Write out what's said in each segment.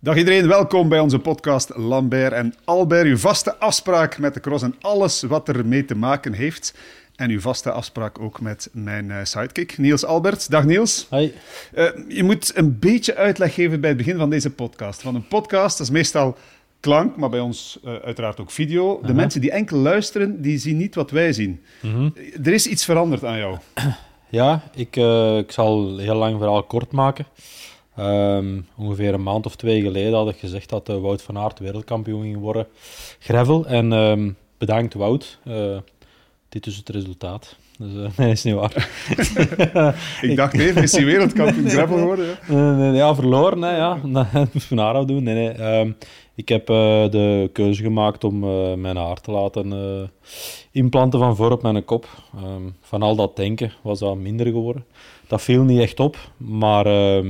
Dag iedereen, welkom bij onze podcast Lambert en Albert. Uw vaste afspraak met de cross en alles wat ermee te maken heeft. En uw vaste afspraak ook met mijn sidekick, Niels Albert. Dag Niels. Hoi. Je moet een beetje uitleg geven bij het begin van deze podcast. Want een podcast dat is meestal klank, maar bij ons uiteraard ook video. De mensen die enkel luisteren, die zien niet wat wij zien. Er is iets veranderd aan jou. Ja, ik zal heel lang verhaal kort maken. Ongeveer een maand of 2 geleden had ik gezegd dat Wout van Aert wereldkampioen ging worden. Gravel. En bedankt Wout. Dit is het resultaat. Dus nee, is niet waar. Ik dacht even, is hij wereldkampioen gravel geworden? Ja? Ja, verloren. Hè, ja. Dat moest Van Aert doen. Nee. Ik heb de keuze gemaakt om mijn haar te laten implanten van voor op mijn kop. Van al dat denken was dat minder geworden. Dat viel niet echt op, maar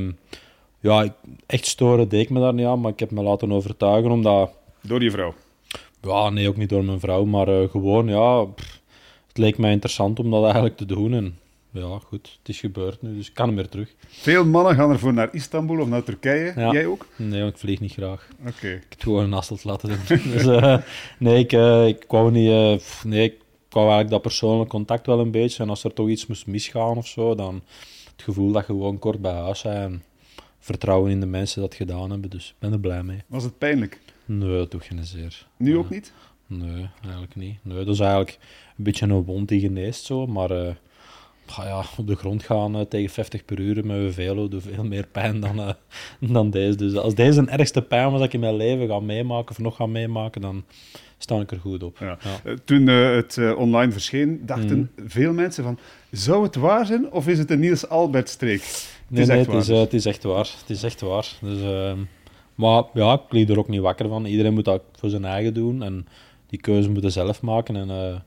echt storen deed ik me daar niet aan. Maar ik heb me laten overtuigen omdat... Door je vrouw? Ja, nee, ook niet door mijn vrouw, maar gewoon, het leek mij interessant om dat eigenlijk te doen. En ja, goed, het is gebeurd nu, dus ik kan hem weer terug. Veel mannen gaan ervoor naar Istanbul of naar Turkije. Ja. Jij ook? Nee, want ik vlieg niet graag. Oké. Ik heb gewoon een Hasselt laten doen. Dus ik wou niet... ik wou eigenlijk dat persoonlijk contact wel een beetje. En als er toch iets moest misgaan of zo, dan het gevoel dat je gewoon kort bij huis bent. En vertrouwen in de mensen dat gedaan hebben. Dus ik ben er blij mee. Was het pijnlijk? Nee, dat doe geen zeer. Nu ook niet? Nee, eigenlijk niet. Nee, dat is eigenlijk een beetje een wond die geneest zo, maar op de grond gaan tegen 50 per uur met een velo doet veel meer pijn dan deze. Dus als deze een ergste pijn was dat ik in mijn leven ga meemaken of nog ga meemaken, dan sta ik er goed op. Ja. Ja. Toen het online verscheen, dachten veel mensen van, zou het waar zijn of is het een Niels Albert streek? Het is echt waar. Het is echt waar. Dus, maar ja, ik liep er ook niet wakker van. Iedereen moet dat voor zijn eigen doen en die keuze moeten zelf maken. En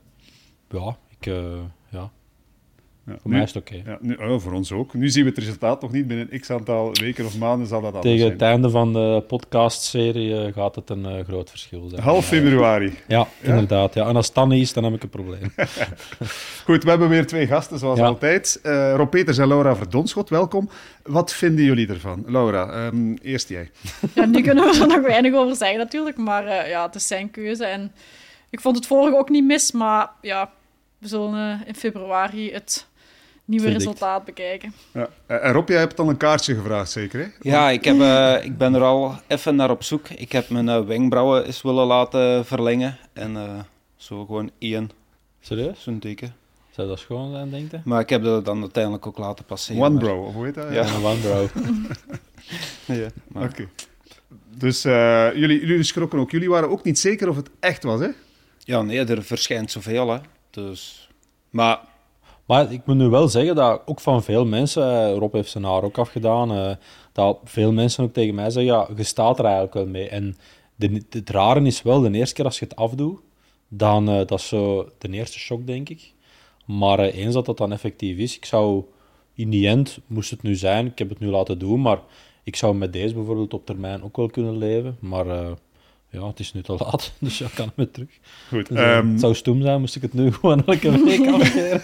voor mij is het oké. Ja, voor ons ook. Nu zien we het resultaat nog niet. Binnen x aantal weken of maanden zal dat anders Tegen zijn. Het einde van de podcastserie gaat het een groot verschil zijn. Half februari. Ja, inderdaad. Ja. En als het dan niet is, dan heb ik een probleem. Goed, we hebben weer 2 gasten, zoals altijd. Rob Peters en Laura Verdonschot, welkom. Wat vinden jullie ervan? Laura, eerst jij. Ja, nu kunnen we er nog weinig over zeggen natuurlijk, maar het is zijn keuze. En ik vond het vorige ook niet mis, maar ja, we zullen in februari het nieuwe resultaat bekijken. Ja. En Rob, jij hebt dan een kaartje gevraagd, zeker? Hè? Ja, ik ben er al even naar op zoek. Ik heb mijn wenkbrauwen eens willen laten verlengen. En zo gewoon 1. Serieus? Zo'n teken. Zou dat schoon zijn, denk je? Maar ik heb dat dan uiteindelijk ook laten passeren. One bro, of hoe heet dat? Ja, een one bro. Ja, maar... Oké. Dus jullie schrokken ook. Jullie waren ook niet zeker of het echt was, hè? Ja, nee, er verschijnt zoveel, hè. Dus... Maar ik moet nu wel zeggen dat ook van veel mensen, Rob heeft zijn haar ook afgedaan, dat veel mensen ook tegen mij zeggen, ja, je staat er eigenlijk wel mee. En het rare is wel, de eerste keer als je het afdoet, dan dat is zo de eerste shock, denk ik. Maar eens dat dat dan effectief is, ik zou in die end, moest het nu zijn, ik heb het nu laten doen, maar ik zou met deze bijvoorbeeld op termijn ook wel kunnen leven. Maar het is nu te laat, dus ik kan het terug. Goed. Dus, het zou stoem zijn, moest ik het nu gewoon elke week afkeren.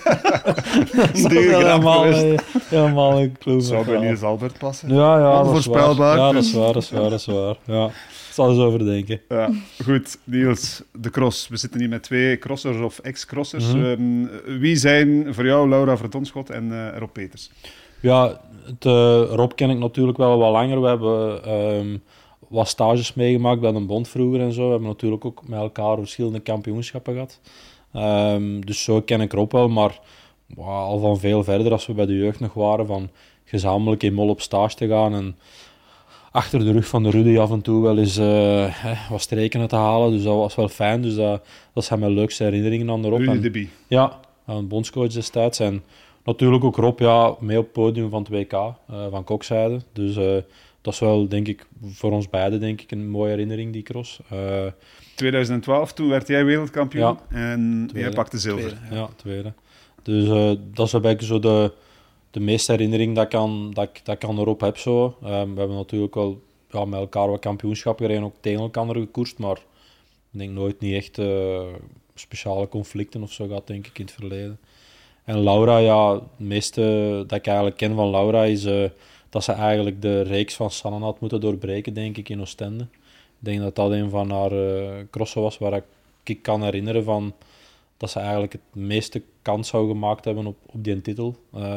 Helemaal een kloot. Zou bij Niels Albert passen? Ja, onvoorspelbaar. Ja, dat is waar. Ja. Ik zal eens overdenken. Ja, goed, Niels, de cross. We zitten hier met 2 crossers of ex-crossers. Wie zijn voor jou Laura Verdonschot en Rob Peters? Ja, Rob ken ik natuurlijk wel wat langer. We hebben wat stages meegemaakt bij een bond vroeger en zo. We hebben natuurlijk ook met elkaar verschillende kampioenschappen gehad. Dus zo ken ik Rob wel, maar al van veel verder als we bij de jeugd nog waren, van gezamenlijk in Mol op stage te gaan en achter de rug van de Rudy af en toe wel eens wat streken te halen. Dus dat was wel fijn. Dus dat zijn mijn leukste herinneringen aan de Rob. Rudy Deby. Ja, een bondscoach destijds. En natuurlijk ook Rob, mee op het podium van het WK van kokzijde. Dus dat is wel, denk ik, voor ons beiden denk ik, een mooie herinnering, die cross. 2012, toen werd jij wereldkampioen en tweede. jij pakte zilver. Tweede. Dus dat is een beetje zo de meeste herinnering dat ik aan Rob heb. Zo. We hebben natuurlijk wel met elkaar wat kampioenschappen gereden, ook tegen elkaar gekoerst, maar ik denk nooit niet echt speciale conflicten of zo gehad, denk ik, in het verleden. En Laura, het meeste dat ik eigenlijk ken van Laura is dat ze eigenlijk de reeks van Sanne had moeten doorbreken, denk ik, in Oostende. Ik denk dat dat een van haar crossen was waar ik kan herinneren van dat ze eigenlijk het meeste kans zou gemaakt hebben op die titel.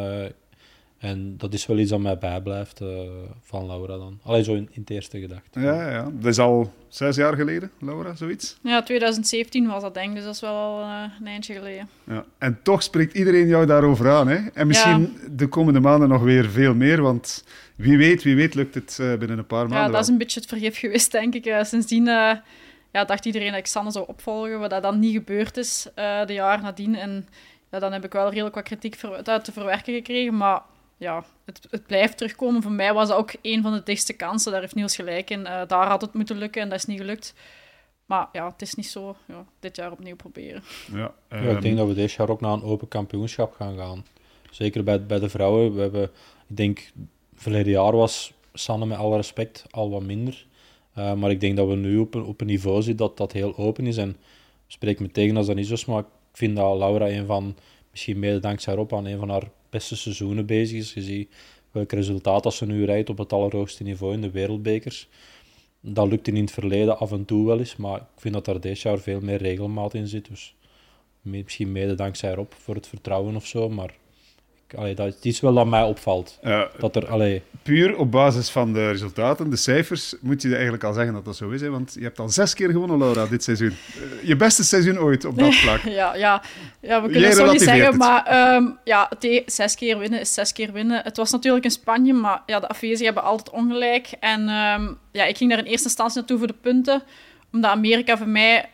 En dat is wel iets dat mij bijblijft van Laura dan. Allee, zo in het eerste gedachte. Ja. Dat is al 6 jaar geleden, Laura, zoiets? Ja, 2017 was dat, denk ik. Dus dat is wel al een eindje geleden. Ja. En toch spreekt iedereen jou daarover aan. Hè? En misschien de komende maanden nog weer veel meer, want wie weet lukt het binnen een paar maanden. Ja, dat is een beetje het vergif geweest, denk ik. Sindsdien dacht iedereen dat ik Sanne zou opvolgen, wat dat dan niet gebeurd is de jaar nadien. En dan heb ik wel redelijk wat kritiek te verwerken gekregen, maar ja, het blijft terugkomen. Voor mij was dat ook een van de dichtste kansen. Daar heeft Niels gelijk in. Daar had het moeten lukken en dat is niet gelukt. Maar ja, het is niet zo. Ja, dit jaar opnieuw proberen. Ja, ik denk dat we dit jaar ook naar een open kampioenschap gaan. Zeker bij de vrouwen. We hebben, ik denk, verleden jaar was Sanne met alle respect al wat minder. Maar ik denk dat we nu op een niveau zitten dat heel open is. En spreek me tegen als dat niet zo is, maar ik vind dat Laura misschien mede dankzij Rob, aan een van haar beste seizoenen bezig is. Je ziet welk resultaat als ze nu rijdt op het allerhoogste niveau in de wereldbekers. Dat lukt in het verleden af en toe wel eens, maar ik vind dat er dit jaar veel meer regelmaat in zit. Dus misschien mede dankzij Rob voor het vertrouwen of zo, maar dat is wel dat mij opvalt. Dat er, puur op basis van de resultaten, de cijfers, moet je eigenlijk al zeggen dat dat zo is. Hè? Want je hebt al 6 keer gewonnen, Laura, dit seizoen. Je beste seizoen ooit op dat vlak. Ja, we kunnen het zo niet zeggen, maar 6 keer winnen is 6 keer winnen. Het was natuurlijk in Spanje, maar ja, de Afwezigen hebben altijd ongelijk. En ik ging daar in eerste instantie naartoe voor de punten, omdat Amerika voor mij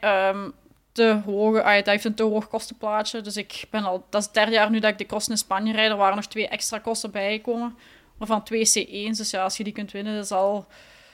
te hoog, dat heeft een te hoog kostenplaatje. Dus dat is het 3e jaar nu dat ik de crossen in Spanje rijd. Er waren nog 2 extra kosten bijgekomen, waarvan 2 C1's. Dus ja, als je die kunt winnen, dat is al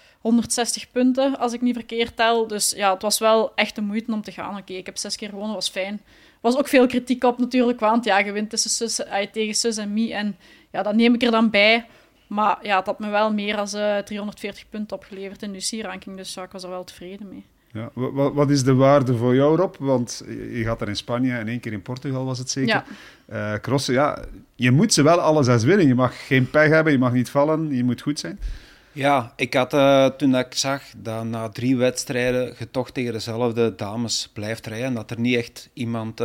160 punten, als ik niet verkeerd tel. Dus ja, het was wel echt de moeite om te gaan. Oké, ik heb 6 keer gewonnen, was fijn. Er was ook veel kritiek op natuurlijk, want ja, je wint tegen Sus en Mie. En ja, dat neem ik er dan bij. Maar ja, het had me wel meer dan 340 punten opgeleverd in de UCI-ranking. Dus ja, ik was er wel tevreden mee. Ja, wat is de waarde voor jou, Rob? Want je gaat daar in Spanje en 1 keer in Portugal, was het zeker. Ja. Crossen, je moet ze wel alle 6 winnen. Je mag geen pech hebben, je mag niet vallen, je moet goed zijn. Ja, ik had toen ik zag dat na 3 wedstrijden je toch tegen dezelfde dames blijft rijden, dat er niet echt iemand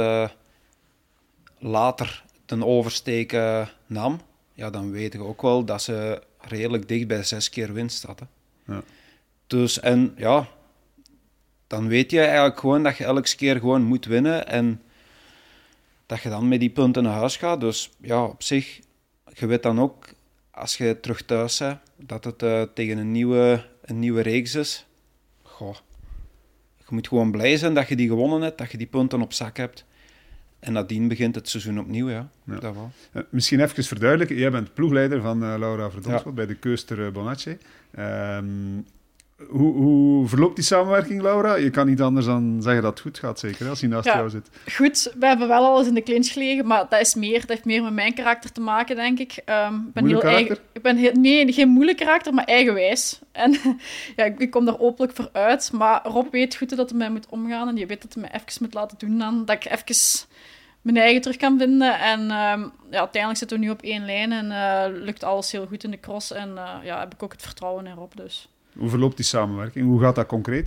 later ten oversteek nam, ja, dan weet je ook wel dat ze redelijk dicht bij 6 keer winst staat. Ja. Dus, en ja, dan weet je eigenlijk gewoon dat je elke keer gewoon moet winnen en dat je dan met die punten naar huis gaat. Dus ja, op zich, je weet dan ook, als je terug thuis bent, dat het tegen een nieuwe reeks is. Goh, je moet gewoon blij zijn dat je die gewonnen hebt, dat je die punten op zak hebt. En nadien begint het seizoen opnieuw, ja. Dat wel. Misschien even verduidelijken, jij bent ploegleider van Laura Verdonschot bij de Keuster Bonacci. Hoe verloopt die samenwerking, Laura? Je kan niet anders dan zeggen dat het goed gaat, zeker, als hij naast jou zit. Goed, we hebben wel alles in de clinch gelegen, maar dat heeft meer met mijn karakter te maken, denk ik. Ik ben geen moeilijk karakter, maar eigenwijs. En ja, ik kom daar openlijk voor uit. Maar Rob weet goed dat hij mij moet omgaan en die weet dat hij mij even moet laten doen dan. Dat ik even mijn eigen terug kan vinden. En uiteindelijk zitten we nu op 1 lijn en lukt alles heel goed in de cross. En heb ik ook het vertrouwen in Rob, dus. Hoe verloopt die samenwerking? Hoe gaat dat concreet?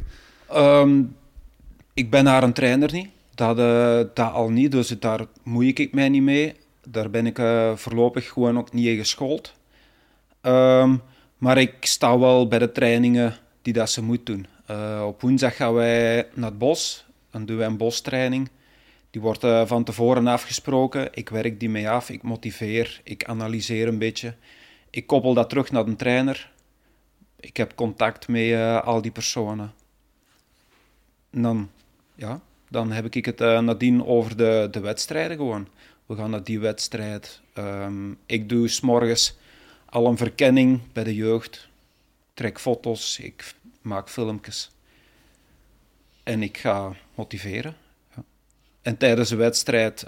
Ik ben haar een trainer niet. Dat al niet, dus daar moei ik mij niet mee. Daar ben ik voorlopig gewoon ook niet in geschoold. Maar ik sta wel bij de trainingen die dat ze moet doen. Op woensdag gaan wij naar het bos. Dan doen wij een bostraining. Die wordt van tevoren afgesproken. Ik werk die mee af. Ik motiveer. Ik analyseer een beetje. Ik koppel dat terug naar de trainer. Ik heb contact met al die personen. En dan heb ik het nadien over de wedstrijden gewoon. We gaan naar die wedstrijd. Ik doe 's morgens al een verkenning bij de jeugd. Trek foto's, ik maak filmpjes. En ik ga motiveren. Ja. En tijdens de wedstrijd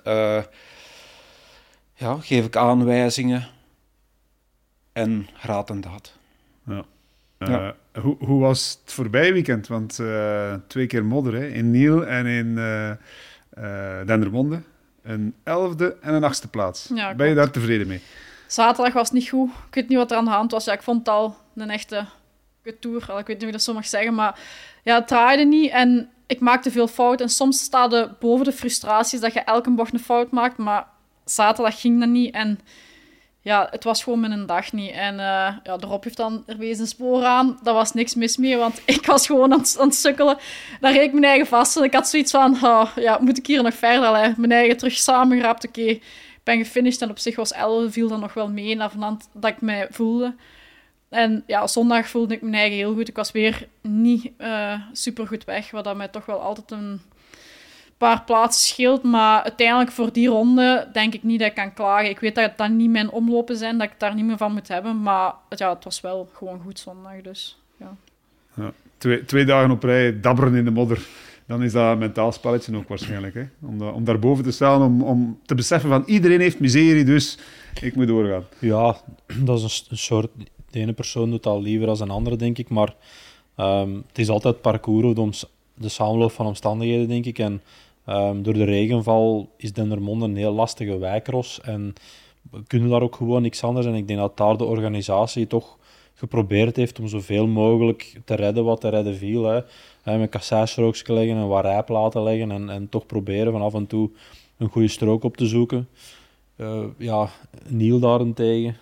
geef ik aanwijzingen. En raad en daad. Ja. Hoe was het voorbije weekend? Want 2 keer modder, hè? In Niel en in Dendermonde. Een 11e en een 8e plaats. Ja, ben je daar tevreden mee? Zaterdag was niet goed. Ik weet niet wat er aan de hand was. Ja, ik vond het al een echte kuttoer. Ik weet niet of ik dat zo mag zeggen, maar ja, het draaide niet en ik maakte veel fouten. En soms staat er boven de frustraties dat je elke bocht een fout maakt, maar zaterdag ging dat niet en ja, het was gewoon mijn dag niet. En ja, de Rob heeft dan er wees een spoor aan. Daar was niks mis mee, want ik was gewoon aan het sukkelen. Daar reed ik mijn eigen vast en ik had zoiets van, ja, moet ik hier nog verder? Allee, mijn eigen terug samengeraapt, oké. Ik ben gefinished en op zich was 11, viel dan nog wel mee naar vanaf dat ik mij voelde. En ja, zondag voelde ik mijn eigen heel goed. Ik was weer niet super goed weg, wat dat mij toch wel altijd een paar plaatsen scheelt. Maar uiteindelijk voor die ronde denk ik niet dat ik kan klagen. Ik weet dat dat niet mijn omlopen zijn, dat ik daar niet meer van moet hebben. Maar ja, het was wel gewoon goed zondag, dus ja. Ja, twee dagen op rij dabberen in de modder. Dan is dat een mentaal spelletje ook waarschijnlijk. Hè? Om daarboven te staan, om te beseffen van iedereen heeft miserie, dus ik moet doorgaan. Ja, dat is een soort... De ene persoon doet dat liever dan een andere, denk ik. Maar het is altijd parcours, de samenloop van omstandigheden, denk ik. En door de regenval is Dendermonde een heel lastige wijkros. En we kunnen daar ook gewoon niks anders. En ik denk dat daar de organisatie toch geprobeerd heeft om zoveel mogelijk te redden wat te redden viel. Hè. Met kasseistrookjes leggen en wat rijplaten leggen. En toch proberen van af en toe een goede strook op te zoeken. Ja, Niel daarentegen.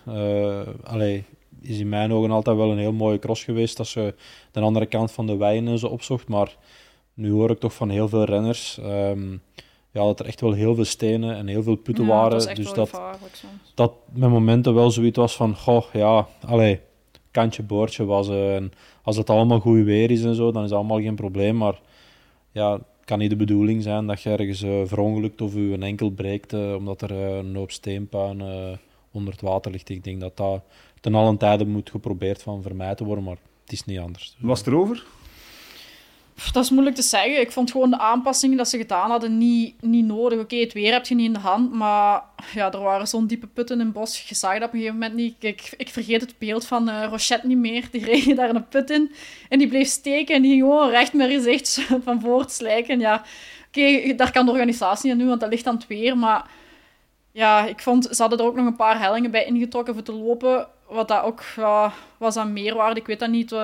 Is in mijn ogen altijd wel een heel mooie cross geweest dat ze de andere kant van de weien en zo opzocht. Maar nu hoor ik toch van heel veel renners dat er echt wel heel veel stenen en heel veel putten waren. Dus dat met momenten wel zoiets was van, kantje boordje was. En als het allemaal goed weer is en zo, dan is dat allemaal geen probleem. Maar ja, het kan niet de bedoeling zijn dat je ergens verongelukt of je een enkel breekt omdat er een hoop steenpuin onder het water ligt. Ik denk dat dat ten allen tijde moet geprobeerd van vermijden worden, maar het is niet anders. Was het erover? Dat is moeilijk te zeggen. Ik vond gewoon de aanpassingen dat ze gedaan hadden niet nodig. Oké, het weer heb je niet in de hand, maar ja, er waren zo'n diepe putten in het bos. Je zag dat op een gegeven moment niet. Ik vergeet het beeld van Rochette niet meer. Die reed daar een put in en die bleef steken en die ging gewoon recht met haar gezicht van voor het slijken. Ja, oké, daar kan de organisatie niet aan doen, want dat ligt aan het weer, maar ja, ik vond, ze hadden er ook nog een paar hellingen bij ingetrokken voor te lopen, wat dat ook was aan meerwaarde. Ik weet dat niet.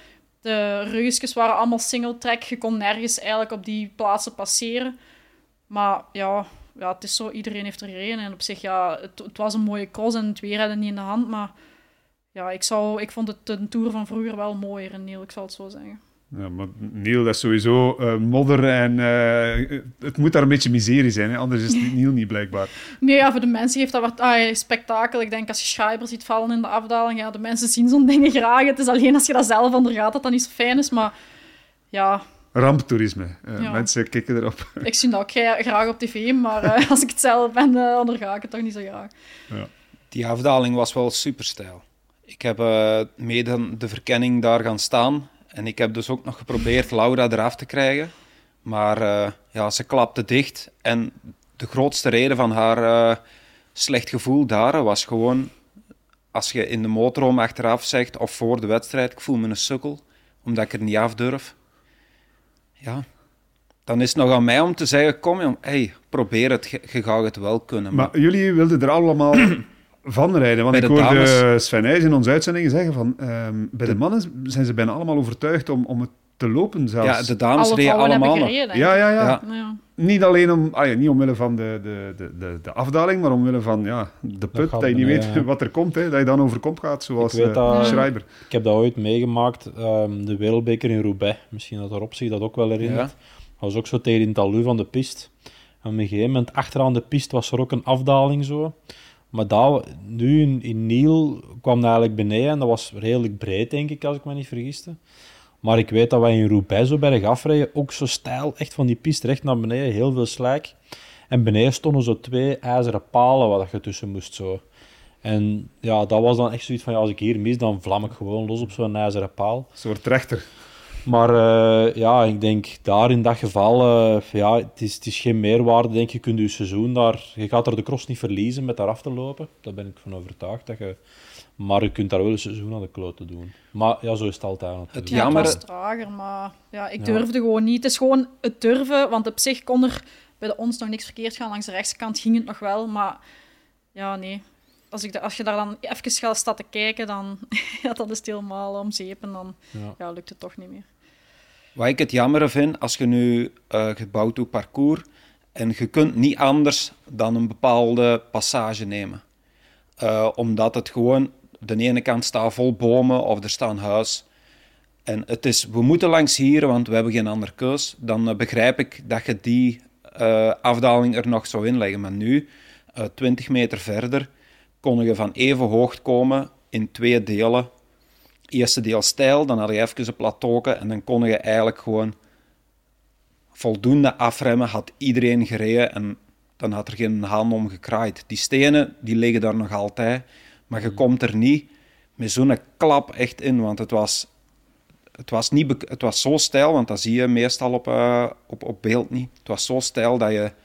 De ruggetjes waren allemaal single-track. Je kon nergens eigenlijk op die plaatsen passeren. Maar ja, het is zo. Iedereen heeft er gereden. En op zich, ja, het was een mooie cross en het weer hadden niet in de hand. Maar ja, ik vond het een Tour van vroeger wel mooier in Niel, ik zal het zo zeggen. Ja, maar Niel, dat is sowieso modder en het moet daar een beetje miserie zijn, hè? Anders is Niel niet blijkbaar. Nee, ja, voor de mensen geeft dat wat spektakel. Ik denk als je Schreiber ziet vallen in de afdaling, ja, de mensen zien zo'n dingen graag. Het is alleen als je dat zelf ondergaat dat dat niet zo fijn is, maar ja. Ramptoerisme. Ja. Mensen kikken erop. Ik zie dat ook graag op tv, maar als ik het zelf ben, onderga ik het toch niet zo graag. Ja. Die afdaling was wel superstijl. Ik heb mede de verkenning daar gaan staan. En ik heb dus ook nog geprobeerd Laura eraf te krijgen. Maar ze klapte dicht. En de grootste reden van haar slecht gevoel daar was gewoon... Als je in de motorhome achteraf zegt, of voor de wedstrijd, ik voel me een sukkel, omdat ik er niet af durf. Ja, dan is het nog aan mij om te zeggen, kom jong, probeer het, je gaat het wel kunnen. Maar jullie wilden er allemaal... van rijden, want ik hoorde Sven Nys in onze uitzendingen zeggen van bij de mannen zijn ze bijna allemaal overtuigd om het te lopen zelfs. Ja, de dames reden allemaal nog. Ja. Niet alleen niet omwille van de afdaling, maar omwille van de put, dat je niet weet wat er komt, hè, dat je dan over kop gaat, zoals Schreiber. Ik heb dat ooit meegemaakt, de Wereldbeker in Roubaix, misschien dat Rob zich dat ook wel herinnert. Ja. Dat was ook zo tegen het talu van de piste. En op een gegeven moment, achteraan de piste was er ook een afdaling zo. Maar nu in Niel kwam dat eigenlijk beneden en dat was redelijk breed, denk ik, als ik me niet vergiste. Maar ik weet dat wij in Roubaix zo bergaf reden, ook zo steil, echt van die piste recht naar beneden, heel veel slijk. En beneden stonden zo 2 ijzeren palen waar je tussen moest. Zo. En ja, dat was dan echt zoiets van, als ik hier mis, dan vlam ik gewoon los op zo'n ijzeren paal. Een soort rechter. Maar ik denk daar in dat geval, het is geen meerwaarde. Denk je kunt je seizoen daar, je gaat er de cross niet verliezen met daar af te lopen. Daar ben ik van overtuigd. Maar je kunt daar wel een seizoen aan de klote doen. Maar ja, zo is het altijd. Het was trager, maar ik durfde gewoon niet. Het is gewoon het durven, want op zich kon er bij ons nog niks verkeerd gaan. Langs de rechtskant ging het nog wel, maar ja, nee. als je daar dan even staat te kijken, dan dan is het helemaal om zeep en dan lukt het toch niet meer. Wat ik het jammer vind, als je nu gebouwd doet parcours en je kunt niet anders dan een bepaalde passage nemen. Omdat het gewoon, de ene kant staat vol bomen of er staan huis. En we moeten langs hier, want we hebben geen andere keus. Dan begrijp ik dat je die afdaling er nog zou inleggen. Maar nu, 20 meter verder, kon je van even hoog komen in 2 delen. Eerste deel steil, dan had je even een plateau en dan kon je eigenlijk gewoon voldoende afremmen. Had iedereen gereden en dan had er geen haan om gekraaid. Die stenen, die liggen daar nog altijd, maar je komt er niet met zo'n klap echt in, want het was zo steil, want dat zie je meestal op beeld niet. Het was zo steil dat je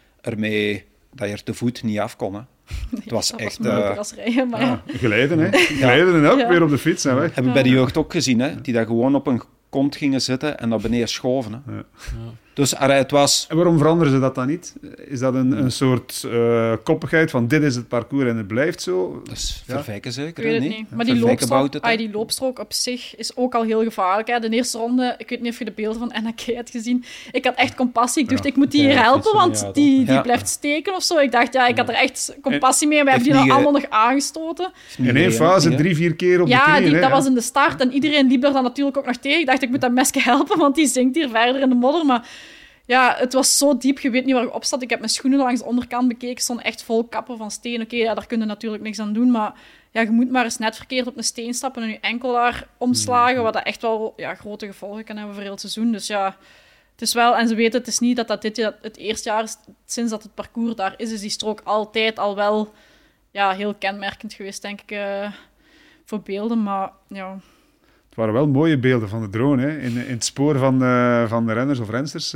er te voet niet af kon. Hè. Het was echt... als rijden, maar glijden, hè. Glijden en ook weer op de fiets en weg. Heb ik bij de jeugd ook gezien, hè, die daar gewoon op een kont gingen zitten en naar beneden schoven. Hè. Ja. Dus het was... En waarom veranderen ze dat dan niet? Is dat een soort koppigheid van dit is het parcours en het blijft zo? Dus verwijken zeker, ik weet het niet? niet. Maar die loopstrook op zich is ook al heel gevaarlijk. Hè. De eerste ronde, ik weet niet of je de beelden van NAK had gezien. Ik had echt compassie. Ik dacht, ik moet die hier helpen, want die blijft steken of zo. Ik dacht, ik had er echt compassie mee. We hebben die dan allemaal nog aangestoten. In één fase 3-4 keer op de knieën. Dat was in de start. En iedereen liep er dan natuurlijk ook nog tegen. Ik dacht, ik moet dat mesje helpen, want die zinkt hier verder in de modder. Maar ja, het was zo diep, je weet niet waar je op zat. Ik heb mijn schoenen langs de onderkant bekeken, stonden echt vol kappen van steen. Oké, daar kun je natuurlijk niks aan doen, maar je moet maar eens net verkeerd op een steen stappen en je enkel daar omslagen, wat dat echt wel grote gevolgen kan hebben voor heel het seizoen. Dus ja, het is wel... En ze weten, het is niet dat dit het eerste jaar is sinds dat het parcours daar is die strook altijd al wel heel kenmerkend geweest, denk ik, voor beelden. Maar ja... Het waren wel mooie beelden van de drone, hè? In het spoor van de renners of rensters.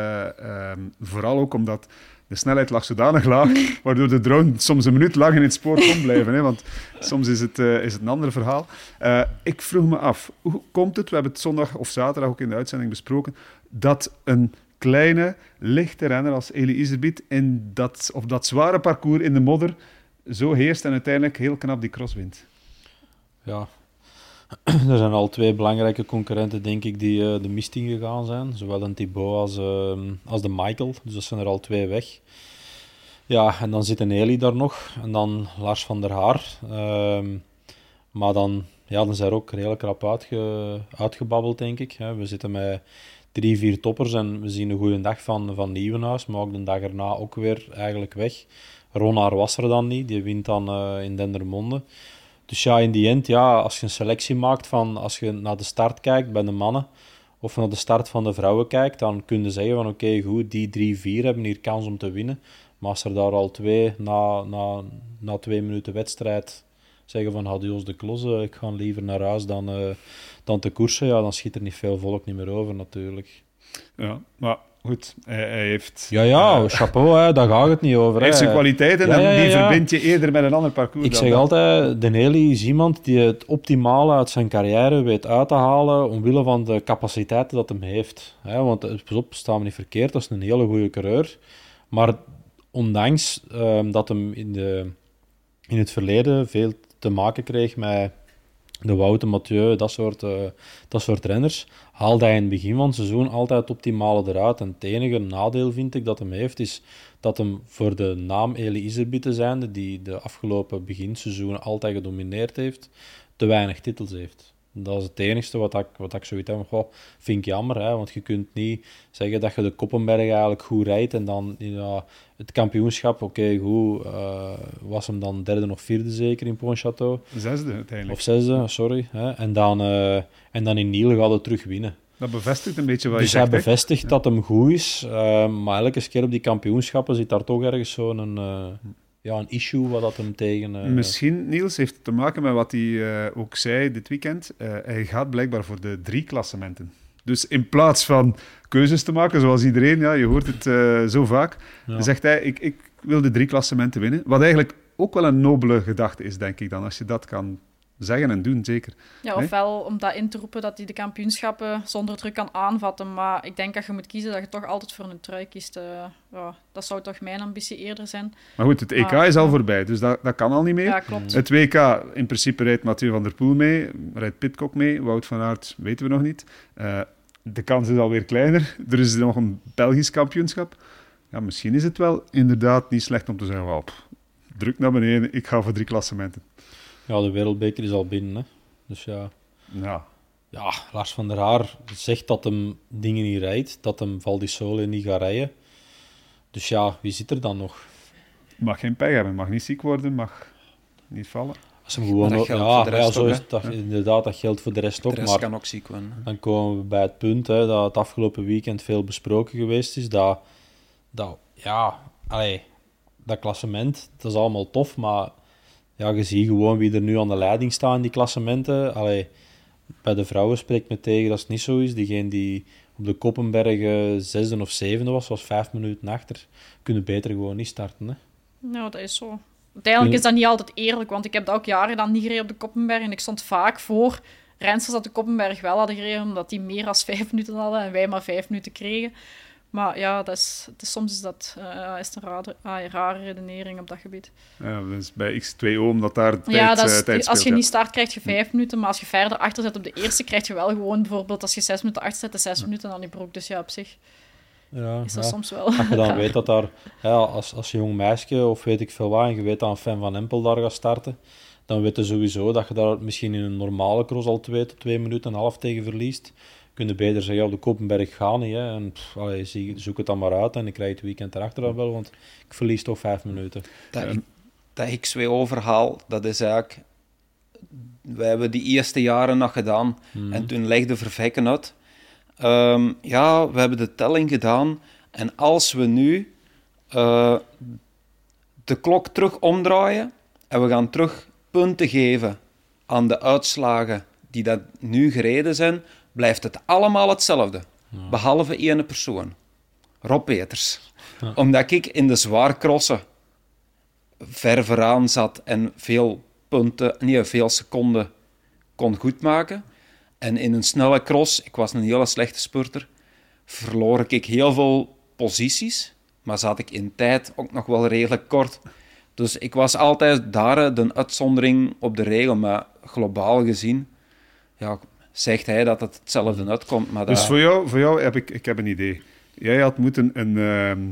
Vooral ook omdat de snelheid lag zodanig laag, waardoor de drone soms een minuut lang in het spoor kon blijven. Hè? Want soms is het een ander verhaal. Ik vroeg me af, hoe komt het, we hebben het zondag of zaterdag ook in de uitzending besproken, dat een kleine, lichte renner als Elie Iserbyt op dat zware parcours in de modder zo heerst en uiteindelijk heel knap die cross wint? Ja... Er zijn al 2 belangrijke concurrenten, denk ik, die de mist ingegaan zijn. Zowel een Thibaut als de Michael. Dus dat zijn er al 2 weg. Ja, en dan zit een Elie daar nog. En dan Lars van der Haar. Maar dan zijn er ook redelijk rap uitgebabbeld, denk ik. We zitten met 3-4 toppers en we zien een goede dag van Nieuwenhuis. Maar ook de dag erna ook weer eigenlijk weg. Ronaar was er dan niet. Die wint dan in Dendermonde. Dus ja, in die end, als je een selectie maakt van... Als je naar de start kijkt bij de mannen of naar de start van de vrouwen kijkt, dan kun je zeggen van oké, goed, die 3-4 hebben hier kans om te winnen. Maar als er daar al 2 na 2 minuten wedstrijd zeggen van adios de klosse, ik ga liever naar huis dan te koersen, dan schiet er niet veel volk niet meer over natuurlijk. Ja, maar... Goed, hij heeft... chapeau, hè, daar gaat het niet over. Hij heeft zijn kwaliteiten en die verbind je eerder met een ander parcours. Ik zeg altijd, de Elie is iemand die het optimale uit zijn carrière weet uit te halen omwille van de capaciteiten dat hem heeft. Want, pas op, staan we niet verkeerd, dat is een hele goede coureur. Maar ondanks dat hem in het verleden veel te maken kreeg met de Wout, de Mathieu, dat soort renners, haalde hij in het begin van het seizoen altijd het optimale eruit. En het enige nadeel, vind ik, dat hem heeft, is dat hem voor de naam Elie Iserbyt zijnde, die de afgelopen beginseizoenen altijd gedomineerd heeft, te weinig titels heeft. Dat is het enige wat ik zoiets heb. Vind ik jammer, hè? Want je kunt niet zeggen dat je de Koppenberg eigenlijk goed rijdt en dan het kampioenschap, goed, was hem dan 3e of 4e zeker in Pontchâteau. 6e uiteindelijk. Of 6e, sorry. Hè? En dan in Niel gaat het terug winnen. Dat bevestigt een beetje wat dus je zegt. Dus hij bevestigt dat hem goed is, maar elke keer op die kampioenschappen zit daar toch ergens zo'n... een issue wat dat hem tegen... Misschien, Niels, heeft het te maken met wat hij ook zei dit weekend. Hij gaat blijkbaar voor de 3 klassementen. Dus in plaats van keuzes te maken, zoals iedereen, je hoort het zo vaak, zegt hij, ik wil de 3 klassementen winnen. Wat eigenlijk ook wel een nobele gedachte is, denk ik dan, als je dat kan zeggen en doen, zeker. Ja, ofwel om dat in te roepen dat hij de kampioenschappen zonder druk kan aanvatten. Maar ik denk dat je moet kiezen dat je toch altijd voor een trui kiest. Dat zou toch mijn ambitie eerder zijn. Maar goed, het EK is al voorbij, dus dat kan al niet meer. Ja, klopt. Het WK, in principe rijdt Mathieu van der Poel mee, rijdt Pidcock mee, Wout van Aert weten we nog niet. De kans is alweer kleiner. Er is nog een Belgisch kampioenschap. Ja, misschien is het wel inderdaad niet slecht om te zeggen, druk naar beneden, ik ga voor 3 klassementen. Ja, de wereldbeker is al binnen, hè. Dus ja... Ja, Lars van der Haar zegt dat hem dingen niet rijdt, dat hem Val di Sole niet gaat rijden. Dus ja, wie zit er dan nog? Mag geen pech hebben, mag niet ziek worden, mag niet vallen. Als hem gewoon... Zo is het, inderdaad, dat geldt voor de rest ook. De rest maar kan ook ziek worden. Dan komen we bij het punt dat het afgelopen weekend veel besproken geweest is, dat klassement, dat is allemaal tof, maar ja, je ziet gewoon wie er nu aan de leiding staat in die klassementen. Bij de vrouwen spreekt me tegen dat het niet zo is. Diegene die op de Koppenberg 6e of 7e was 5 minuten achter. Kunnen beter gewoon niet starten, hè? Nou, dat is zo. Uiteindelijk is dat niet altijd eerlijk, want ik heb dat ook jaren dan niet gereden op de Koppenberg en ik stond vaak voor rensters dat de Koppenberg wel hadden gereden, omdat die meer dan 5 minuten hadden en wij maar 5 minuten kregen. Maar ja, soms is dat een rare redenering op dat gebied. Ja, dat is bij X2O, omdat daar tijd speelt. Als je niet start, krijg je 5 minuten, maar als je verder achter zet op de eerste, krijg je wel gewoon bijvoorbeeld, als je 6 minuten achter zet, de 6 minuten aan die broek. Dus ja, op zich is dat soms wel. Als je dan weet dat daar, als je jong meisje of weet ik veel wat, en je weet dat een fan van Empel daar gaat starten, dan weet je sowieso dat je daar misschien in een normale cross al 2 tot 2 minuten en een half tegen verliest. Kun je beter zeggen, op de Koppenberg gaan niet. Hè. En zoek het dan maar uit en ik krijg het weekend erachter dan wel, want ik verlies toch 5 minuten. Dat X2O-verhaal, dat is eigenlijk... Wij hebben die eerste jaren nog gedaan en toen legde Vervekken uit. We hebben de telling gedaan en als we nu de klok terug omdraaien en we gaan terug punten geven aan de uitslagen die dat nu gereden zijn, blijft het allemaal hetzelfde. Ja. Behalve één persoon. Rob Peters. Ja. Omdat ik in de zwaarcrossen ver vooraan zat en veel seconden kon goedmaken. En in een snelle cross, ik was een hele slechte spurter, verloor ik heel veel posities, maar zat ik in tijd ook nog wel redelijk kort. Dus ik was altijd daar de uitzondering op de regel, maar globaal gezien zegt hij dat het hetzelfde uitkomt. Maar dus voor jou heb ik heb een idee. Jij had moeten een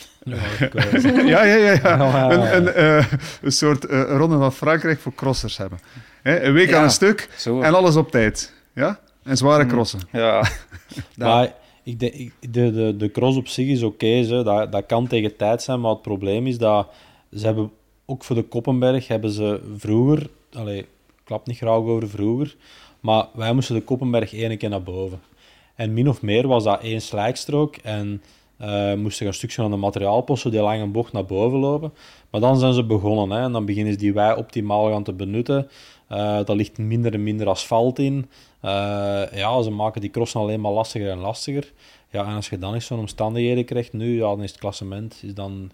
soort ronde van Frankrijk voor crossers hebben. Een week aan een stuk en alles op tijd. Ja? En zware crossen. Ja. Maar de cross op zich is oké. Dat kan tegen tijd zijn, maar het probleem is dat ze hebben ook voor de Koppenberg hebben ze vroeger... ik klap niet graag over vroeger, maar wij moesten de Koppenberg 1 keer naar boven. En min of meer was dat 1 slijkstrook en moesten een stukje aan de materiaalposten die lange bocht naar boven lopen. Maar dan zijn ze begonnen en dan beginnen ze die wij optimaal gaan te benutten. Daar ligt minder en minder asfalt in. Ze maken die crossen alleen maar lastiger en lastiger. Ja, en als je dan eens zo'n omstandigheden krijgt nu, dan is het klassement is dan,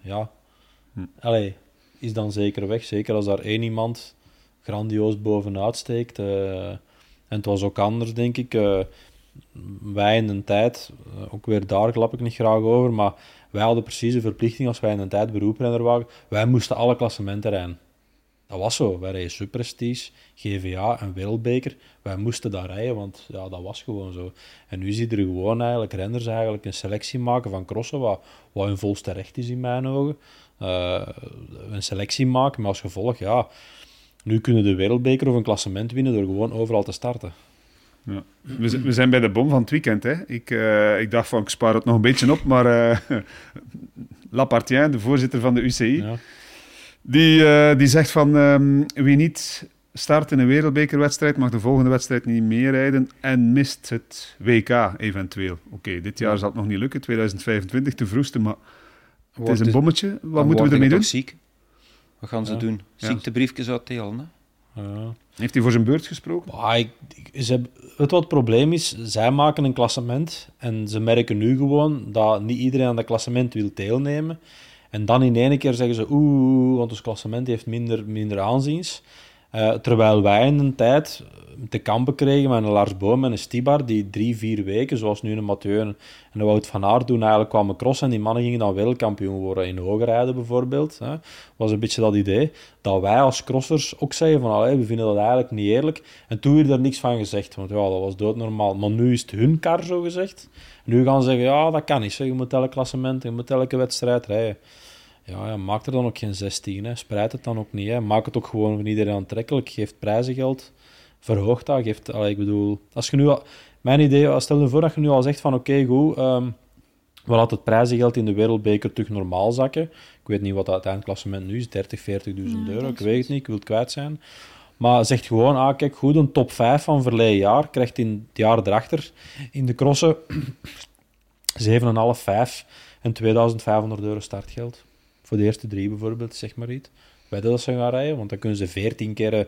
is dan zeker weg. Zeker als daar 1 iemand grandioos bovenuit steekt. En het was ook anders, denk ik. Wij in een tijd, ook weer daar klap ik niet graag over, maar wij hadden precies de verplichting als wij in een tijd beroeprenner waren. Wij moesten alle klassementen rijden. Dat was zo. Wij reden Superprestige, GVA en Wereldbeker. Wij moesten daar rijden, want dat was gewoon zo. En nu zie je er gewoon eigenlijk renners eigenlijk een selectie maken van crossen, wat hun volste recht is in mijn ogen. Een selectie maken, maar als gevolg, nu kunnen de Wereldbeker of een klassement winnen door gewoon overal te starten. Ja. We zijn bij de bom van het weekend. Hè. Ik dacht van, ik spaar het nog een beetje op, maar Lapartien, de voorzitter van de UCI, die zegt van wie niet start in een wereldbekerwedstrijd mag de volgende wedstrijd niet meer rijden en mist het WK eventueel. Oké, dit jaar zal het nog niet lukken, 2025 te vroegste, maar het is een bommetje. Wat moeten we ermee doen? Ziek. Wat gaan ze doen? Ziektebriefjes uitdelen, hè? Ja. Heeft hij voor zijn beurt gesproken? Weet wat het probleem is? Zij maken een klassement en ze merken nu gewoon dat niet iedereen aan dat klassement wil deelnemen. En dan in één keer zeggen ze, want ons klassement heeft minder aanziens. Terwijl wij in een tijd te kampen kregen met een Lars Boom en een Stibar, die 3-4 weken, zoals nu een Mathieu en een Wout van Aert doen, eigenlijk kwamen crossen en die mannen gingen dan wereldkampioen worden. In hoogrijden bijvoorbeeld, hè, was een beetje dat idee. Dat wij als crossers ook zeggen van, we vinden dat eigenlijk niet eerlijk. En toen werd er niks van gezegd, want dat was doodnormaal. Maar nu is het hun kar, zo gezegd. En nu gaan ze zeggen, dat kan niet. Je moet elk klassement, je moet elke wedstrijd rijden. Ja, maak er dan ook geen 16. Hè. Spreid het dan ook niet. Hè. Maak het ook gewoon voor iedereen aantrekkelijk. Geef prijzengeld. Verhoog dat. Ik bedoel, als je nu mijn idee, stel je voor dat je nu al zegt van oké, goed, we laten het prijzengeld in de wereldbeker terug normaal zakken. Ik weet niet wat dat eindklassement nu is, 30.000, 40.000 euro. Ik weet het niet, ik wil het kwijt zijn. Maar zegt gewoon, kijk goed, een top 5 van verleden jaar krijgt in het jaar erachter in de crossen 7,5, 5 en €2.500 startgeld. Voor de eerste 3 bijvoorbeeld, zeg maar iets. Wedden dat ze gaan rijden, want dan kunnen ze 14 keer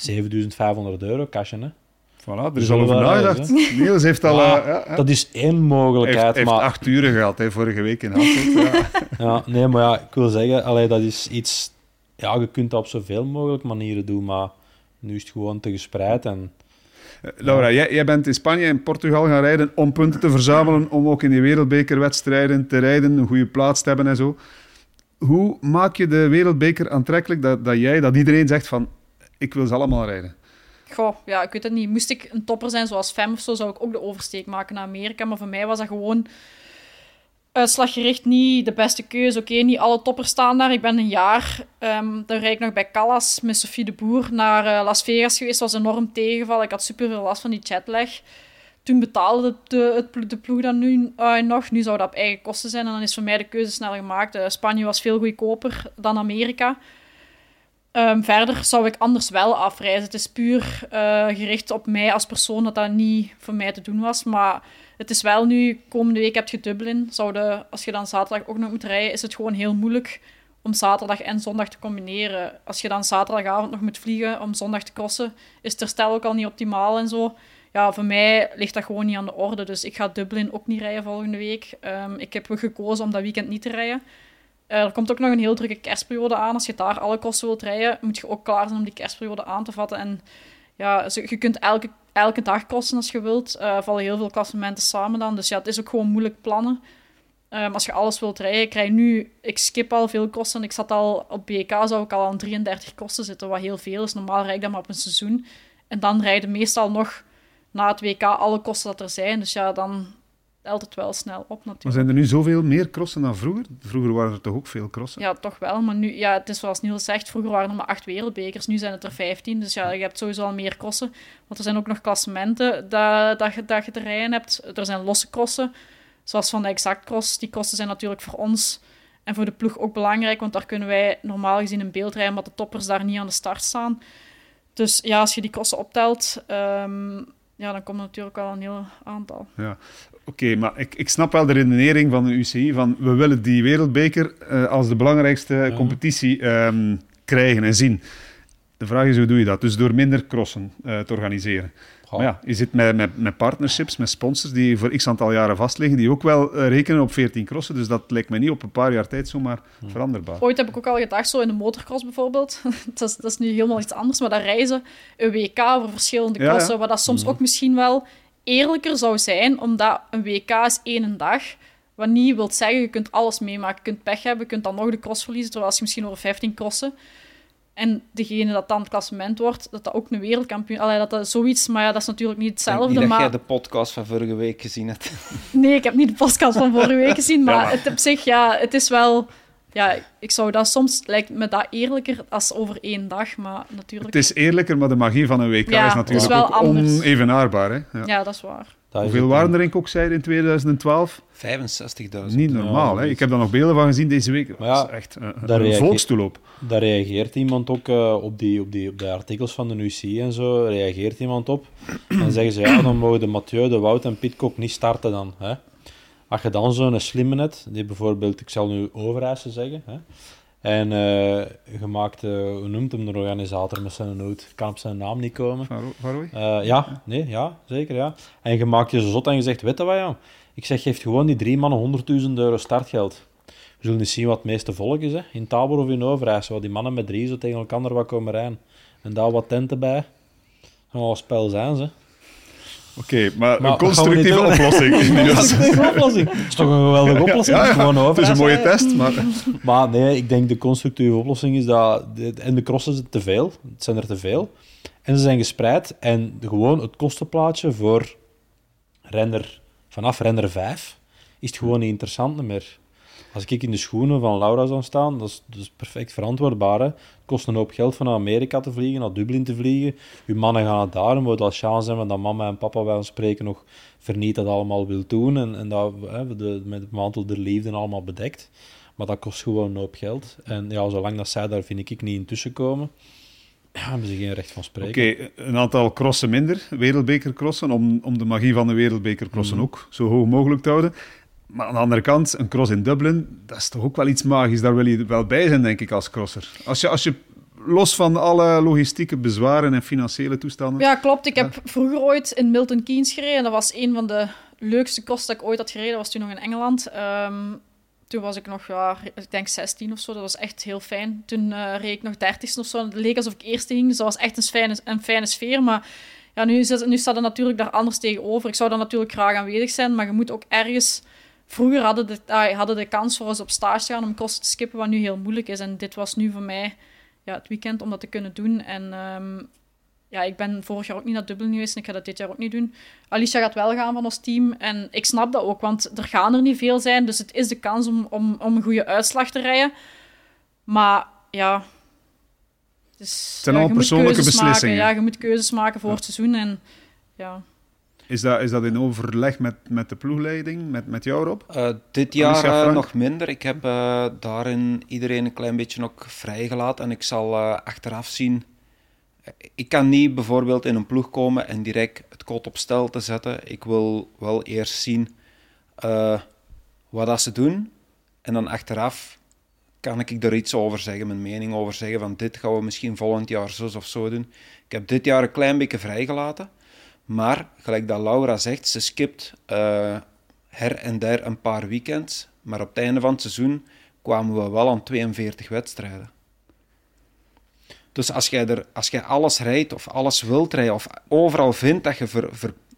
€7.500 cashen. Hè. Voilà, er is al over nagedacht. Niels heeft al... Dat is één mogelijkheid. Hij heeft 8 uur gehad, vorige week in Hasselt. Ik wil zeggen, dat is iets... Ja, je kunt dat op zoveel mogelijk manieren doen, maar nu is het gewoon te gespreid. En... Laura, jij bent in Spanje en Portugal gaan rijden om punten te verzamelen, om ook in die wereldbekerwedstrijden te rijden, een goede plaats te hebben en zo. Hoe maak je de wereldbeker aantrekkelijk dat iedereen zegt van, ik wil ze allemaal rijden? Goh, ja, ik weet het niet. Moest ik een topper zijn zoals Fem of zo, zou ik ook de oversteek maken naar Amerika. Maar voor mij was dat gewoon uitslaggericht niet de beste keuze. Oké, niet alle toppers staan daar. Ik ben een jaar, dan rijd ik nog bij Callas met Sophie de Boer naar Las Vegas geweest. Dat was enorm tegenval. Ik had super veel last van die jetlag. Toen betaalde de ploeg dan nu nog. Nu zou dat op eigen kosten zijn. En dan is voor mij de keuze snel gemaakt. Spanje was veel goedkoper dan Amerika. Verder zou ik anders wel afreizen. Het is puur gericht op mij als persoon dat niet voor mij te doen was. Maar het is wel nu, komende week heb je Dublin. Als je dan zaterdag ook nog moet rijden, is het gewoon heel moeilijk om zaterdag en zondag te combineren. Als je dan zaterdagavond nog moet vliegen om zondag te crossen, is het herstel ook al niet optimaal en zo. Ja, voor mij ligt dat gewoon niet aan de orde. Dus ik ga Dublin ook niet rijden volgende week. Ik heb gekozen om dat weekend niet te rijden. Er komt ook nog een heel drukke kerstperiode aan. Als je daar alle kosten wilt rijden, moet je ook klaar zijn om die kerstperiode aan te vatten. En ja, je kunt elke dag crossen als je wilt. Vallen heel veel klassementen samen dan. Dus ja, het is ook gewoon moeilijk plannen. Als je alles wilt rijden, ik skip al veel crossen. Ik zat al op BK, zou ik al aan 33 crossen zitten, wat heel veel is. Normaal rijd ik dat maar op een seizoen. En dan rijden meestal nog na het WK alle kosten dat er zijn. Dus ja, dan telt het wel snel op natuurlijk. Maar zijn er nu zoveel meer crossen dan vroeger? Vroeger waren er toch ook veel crossen? Ja, toch wel. Maar nu, ja, het is zoals Niels zegt, vroeger waren er maar 8 wereldbekers. Nu zijn het er 15. Dus ja, je hebt sowieso al meer crossen. Want er zijn ook nog klassementen dat je te rijden hebt. Er zijn losse crossen, zoals van de Exact Cross. Die crossen zijn natuurlijk voor ons en voor de ploeg ook belangrijk. Want daar kunnen wij normaal gezien in beeld rijden, maar de toppers daar niet aan de start staan. Dus ja, als je die crossen optelt, dan komt er natuurlijk wel een heel aantal. Ja. Oké, maar ik snap wel de redenering van de UCI, van we willen die wereldbeker als de belangrijkste competitie krijgen en zien. De vraag is, hoe doe je dat? Dus door minder crossen te organiseren. Maar ja, je zit met partnerships, met sponsors die voor x aantal jaren vastliggen, die ook wel rekenen op 14 crossen, dus dat lijkt me niet op een paar jaar tijd zomaar veranderbaar. Ooit heb ik ook al gedacht, zo in de motocross bijvoorbeeld, dat is nu helemaal iets anders, maar daar reizen een WK voor verschillende crossen, waar dat soms ook misschien wel eerlijker zou zijn, omdat een WK is 1 dag, wat niet wil zeggen, je kunt alles meemaken, je kunt pech hebben, je kunt dan nog de cross verliezen, terwijl als je misschien over 15 crossen, en degene dat dan het klassement wordt, dat ook een wereldkampioen... dat is zoiets, maar ja, dat is natuurlijk niet hetzelfde. Ik denk niet dat jij de podcast van vorige week gezien hebt. Nee, ik heb niet de podcast van vorige week gezien, maar het op zich, het is wel... Ja, ik zou dat soms... Lijkt me dat eerlijker als over 1 dag, maar natuurlijk... Het is eerlijker, maar de magie van een WK is natuurlijk ook onevenaarbaar. Hè? Ja, dat is waar. Hoeveel waren er in Kokzijde in 2012? 65.000. Niet normaal, hè? Ik heb daar nog beelden van gezien deze week. Dat is echt een volkstoeloop. Daar reageert iemand ook op de artikels van de UCI en zo, reageert iemand op. En zeggen ze, dan mogen de Mathieu, de Wout en Pidcock niet starten dan. Hè? Als je dan zo'n slimme hebt, die bijvoorbeeld, ik zal nu Overijse zeggen, hè? En je maakt, hoe noemt hem de organisator met zijn noot? Ik kan op zijn naam niet komen. Varoui? Ja, zeker, ja. En je maakt je zo zot en je zegt, weet je wat, ja? Ik zeg, geef gewoon die 3 mannen €100.000 startgeld. We zullen eens zien wat het meeste volk is, hè? In Tabor of in Overijse, waar die mannen met 3 zo tegen elkaar wat komen rijden. En daar wat tenten bij. Oh, spel zijn ze. Oké, maar een gaan we constructieve niet doen? oplossing. Constructieve oplossing. Dat is toch een geweldige oplossing? Ja, Gewoon het is een mooie overrassen. test, maar... Maar nee, ik denk de constructieve oplossing is dat... En de crossen zijn te veel. Het zijn er te veel. En ze zijn gespreid. En gewoon het kostenplaatje voor vanaf renner 5 is het gewoon niet interessant meer. Als ik in de schoenen van Laura zou staan, dat is perfect verantwoordbaar. Hè. Het kost een hoop geld van naar Amerika te vliegen, naar Dublin te vliegen. Uw mannen gaan het daar, moet als chance hebben dat mama en papa bij ons spreken nog verniet dat allemaal wil doen. En dat met het mantel der liefde allemaal bedekt. Maar dat kost gewoon een hoop geld. En ja, zolang dat zij daar, vind ik, niet intussen komen, hebben ze geen recht van spreken. Oké, een aantal crossen minder, wereldbekercrossen, om de magie van de wereldbekercrossen ook zo hoog mogelijk te houden. Maar aan de andere kant, een cross in Dublin, dat is toch ook wel iets magisch. Daar wil je wel bij zijn, denk ik, als crosser. Als je los van alle logistieke bezwaren en financiële toestanden... Ja, klopt. Ik heb vroeger ooit in Milton Keynes gereden. Dat was een van de leukste crossen dat ik ooit had gereden. Dat was toen nog in Engeland. Toen was ik nog, ik denk 16 of zo. Dat was echt heel fijn. Toen reed ik nog 30ste of zo. Het leek alsof ik eerste ging. Dus dat was echt een fijne sfeer. Maar ja, nu staat het natuurlijk daar anders tegenover. Ik zou daar natuurlijk graag aanwezig zijn. Maar je moet ook ergens... Vroeger hadden de kans voor ons op stage te gaan om crossen te skippen, wat nu heel moeilijk is. En dit was nu voor mij het weekend om dat te kunnen doen. En ik ben vorig jaar ook niet naar Dublin geweest en ik ga dat dit jaar ook niet doen. Alicia gaat wel gaan van ons team. En ik snap dat ook, want er gaan er niet veel zijn. Dus het is de kans om een goede uitslag te rijden. Maar ja... Dus, het zijn allemaal persoonlijke beslissingen. Ja, je moet keuzes maken voor het seizoen. En ja... Is dat in overleg met de ploegleiding, met jou, Rob? Dit jaar nog minder. Ik heb daarin iedereen een klein beetje ook vrijgelaten. En ik zal achteraf zien... Ik kan niet bijvoorbeeld in een ploeg komen en direct het kot op stel te zetten. Ik wil wel eerst zien wat dat ze doen. En dan achteraf kan ik er iets over zeggen, mijn mening over zeggen. Van dit gaan we misschien volgend jaar zo of zo doen. Ik heb dit jaar een klein beetje vrijgelaten. Maar, gelijk dat Laura zegt, ze skipt her en der een paar weekends. Maar op het einde van het seizoen kwamen we wel aan 42 wedstrijden. Dus als jij alles rijdt of alles wilt rijden of overal vindt dat je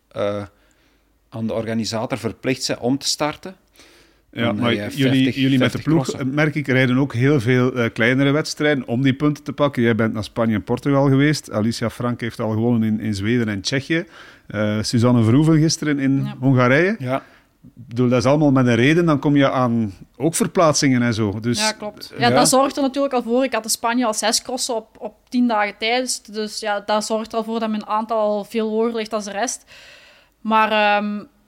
aan de organisator verplicht bent om te starten... Ja, maar jullie met de ploeg, crossen. Merk ik, rijden ook heel veel kleinere wedstrijden om die punten te pakken. Jij bent naar Spanje en Portugal geweest. Alicia Frank heeft al gewonnen in Zweden en Tsjechië. Suzanne Verhoeven gisteren in Hongarije. Ja. Ik bedoel, dat is allemaal met een reden. Dan kom je aan ook verplaatsingen en zo. Dus, ja, klopt. Ja, dat zorgt er natuurlijk al voor. Ik had in Spanje al 6 crossen op 10 dagen tijd. Dus ja, dat zorgt er al voor dat mijn aantal veel hoger ligt dan de rest. Maar...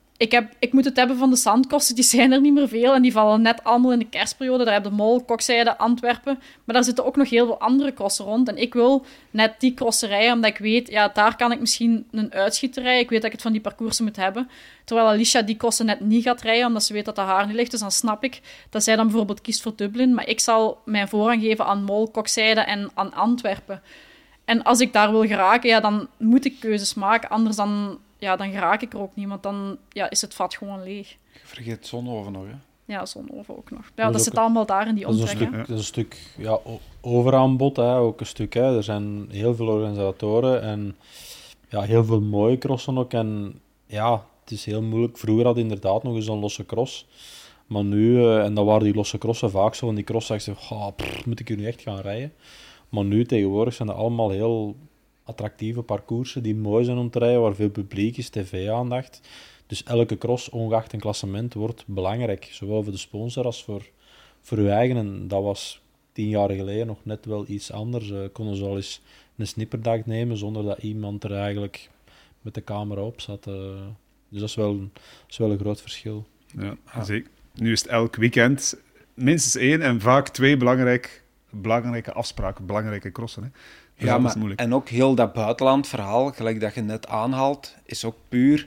Ik moet het hebben van de zandkosten, die zijn er niet meer veel en die vallen net allemaal in de kerstperiode. Daar heb je de Mol, Kokzijde, Antwerpen. Maar daar zitten ook nog heel veel andere crossen rond. En ik wil net die crossen rijden, omdat ik weet, daar kan ik misschien een uitschieter rijden. Ik weet dat ik het van die parcoursen moet hebben. Terwijl Alicia die crossen net niet gaat rijden, omdat ze weet dat dat haar niet ligt. Dus dan snap ik dat zij dan bijvoorbeeld kiest voor Dublin. Maar ik zal mijn voorrang geven aan Mol, Kokzijde en aan Antwerpen. En als ik daar wil geraken, dan moet ik keuzes maken. Anders dan geraak ik er ook niet, want dan is het vat gewoon leeg. Je vergeet Zonhoven nog, hè? Ja, Zonhoven ook nog. Ja, dat zit allemaal daar in die omtrek. Dat is een stuk overaanbod, hè, ook een stuk. Hè. Er zijn heel veel organisatoren en heel veel mooie crossen ook. En ja, het is heel moeilijk. Vroeger had je inderdaad nog eens een losse cross. Maar nu, en dan waren die losse crossen vaak zo, van die cross zag je, moet ik hier nu echt gaan rijden? Maar nu tegenwoordig zijn dat allemaal heel... attractieve parcoursen die mooi zijn om te rijden, waar veel publiek is, tv-aandacht. Dus elke cross, ongeacht een klassement, wordt belangrijk. Zowel voor de sponsor als voor uw eigen. En dat was 10 jaar geleden nog net wel iets anders. Konden ze al eens een snipperdag nemen zonder dat iemand er eigenlijk met de camera op zat. Dus dat is wel een groot verschil. Ja, zeker. Nu is het elk weekend minstens 1 en vaak 2 belangrijke afspraken, belangrijke crossen. Hè. Dus ja, maar en ook heel dat buitenlandverhaal, gelijk dat je net aanhaalt, is ook puur,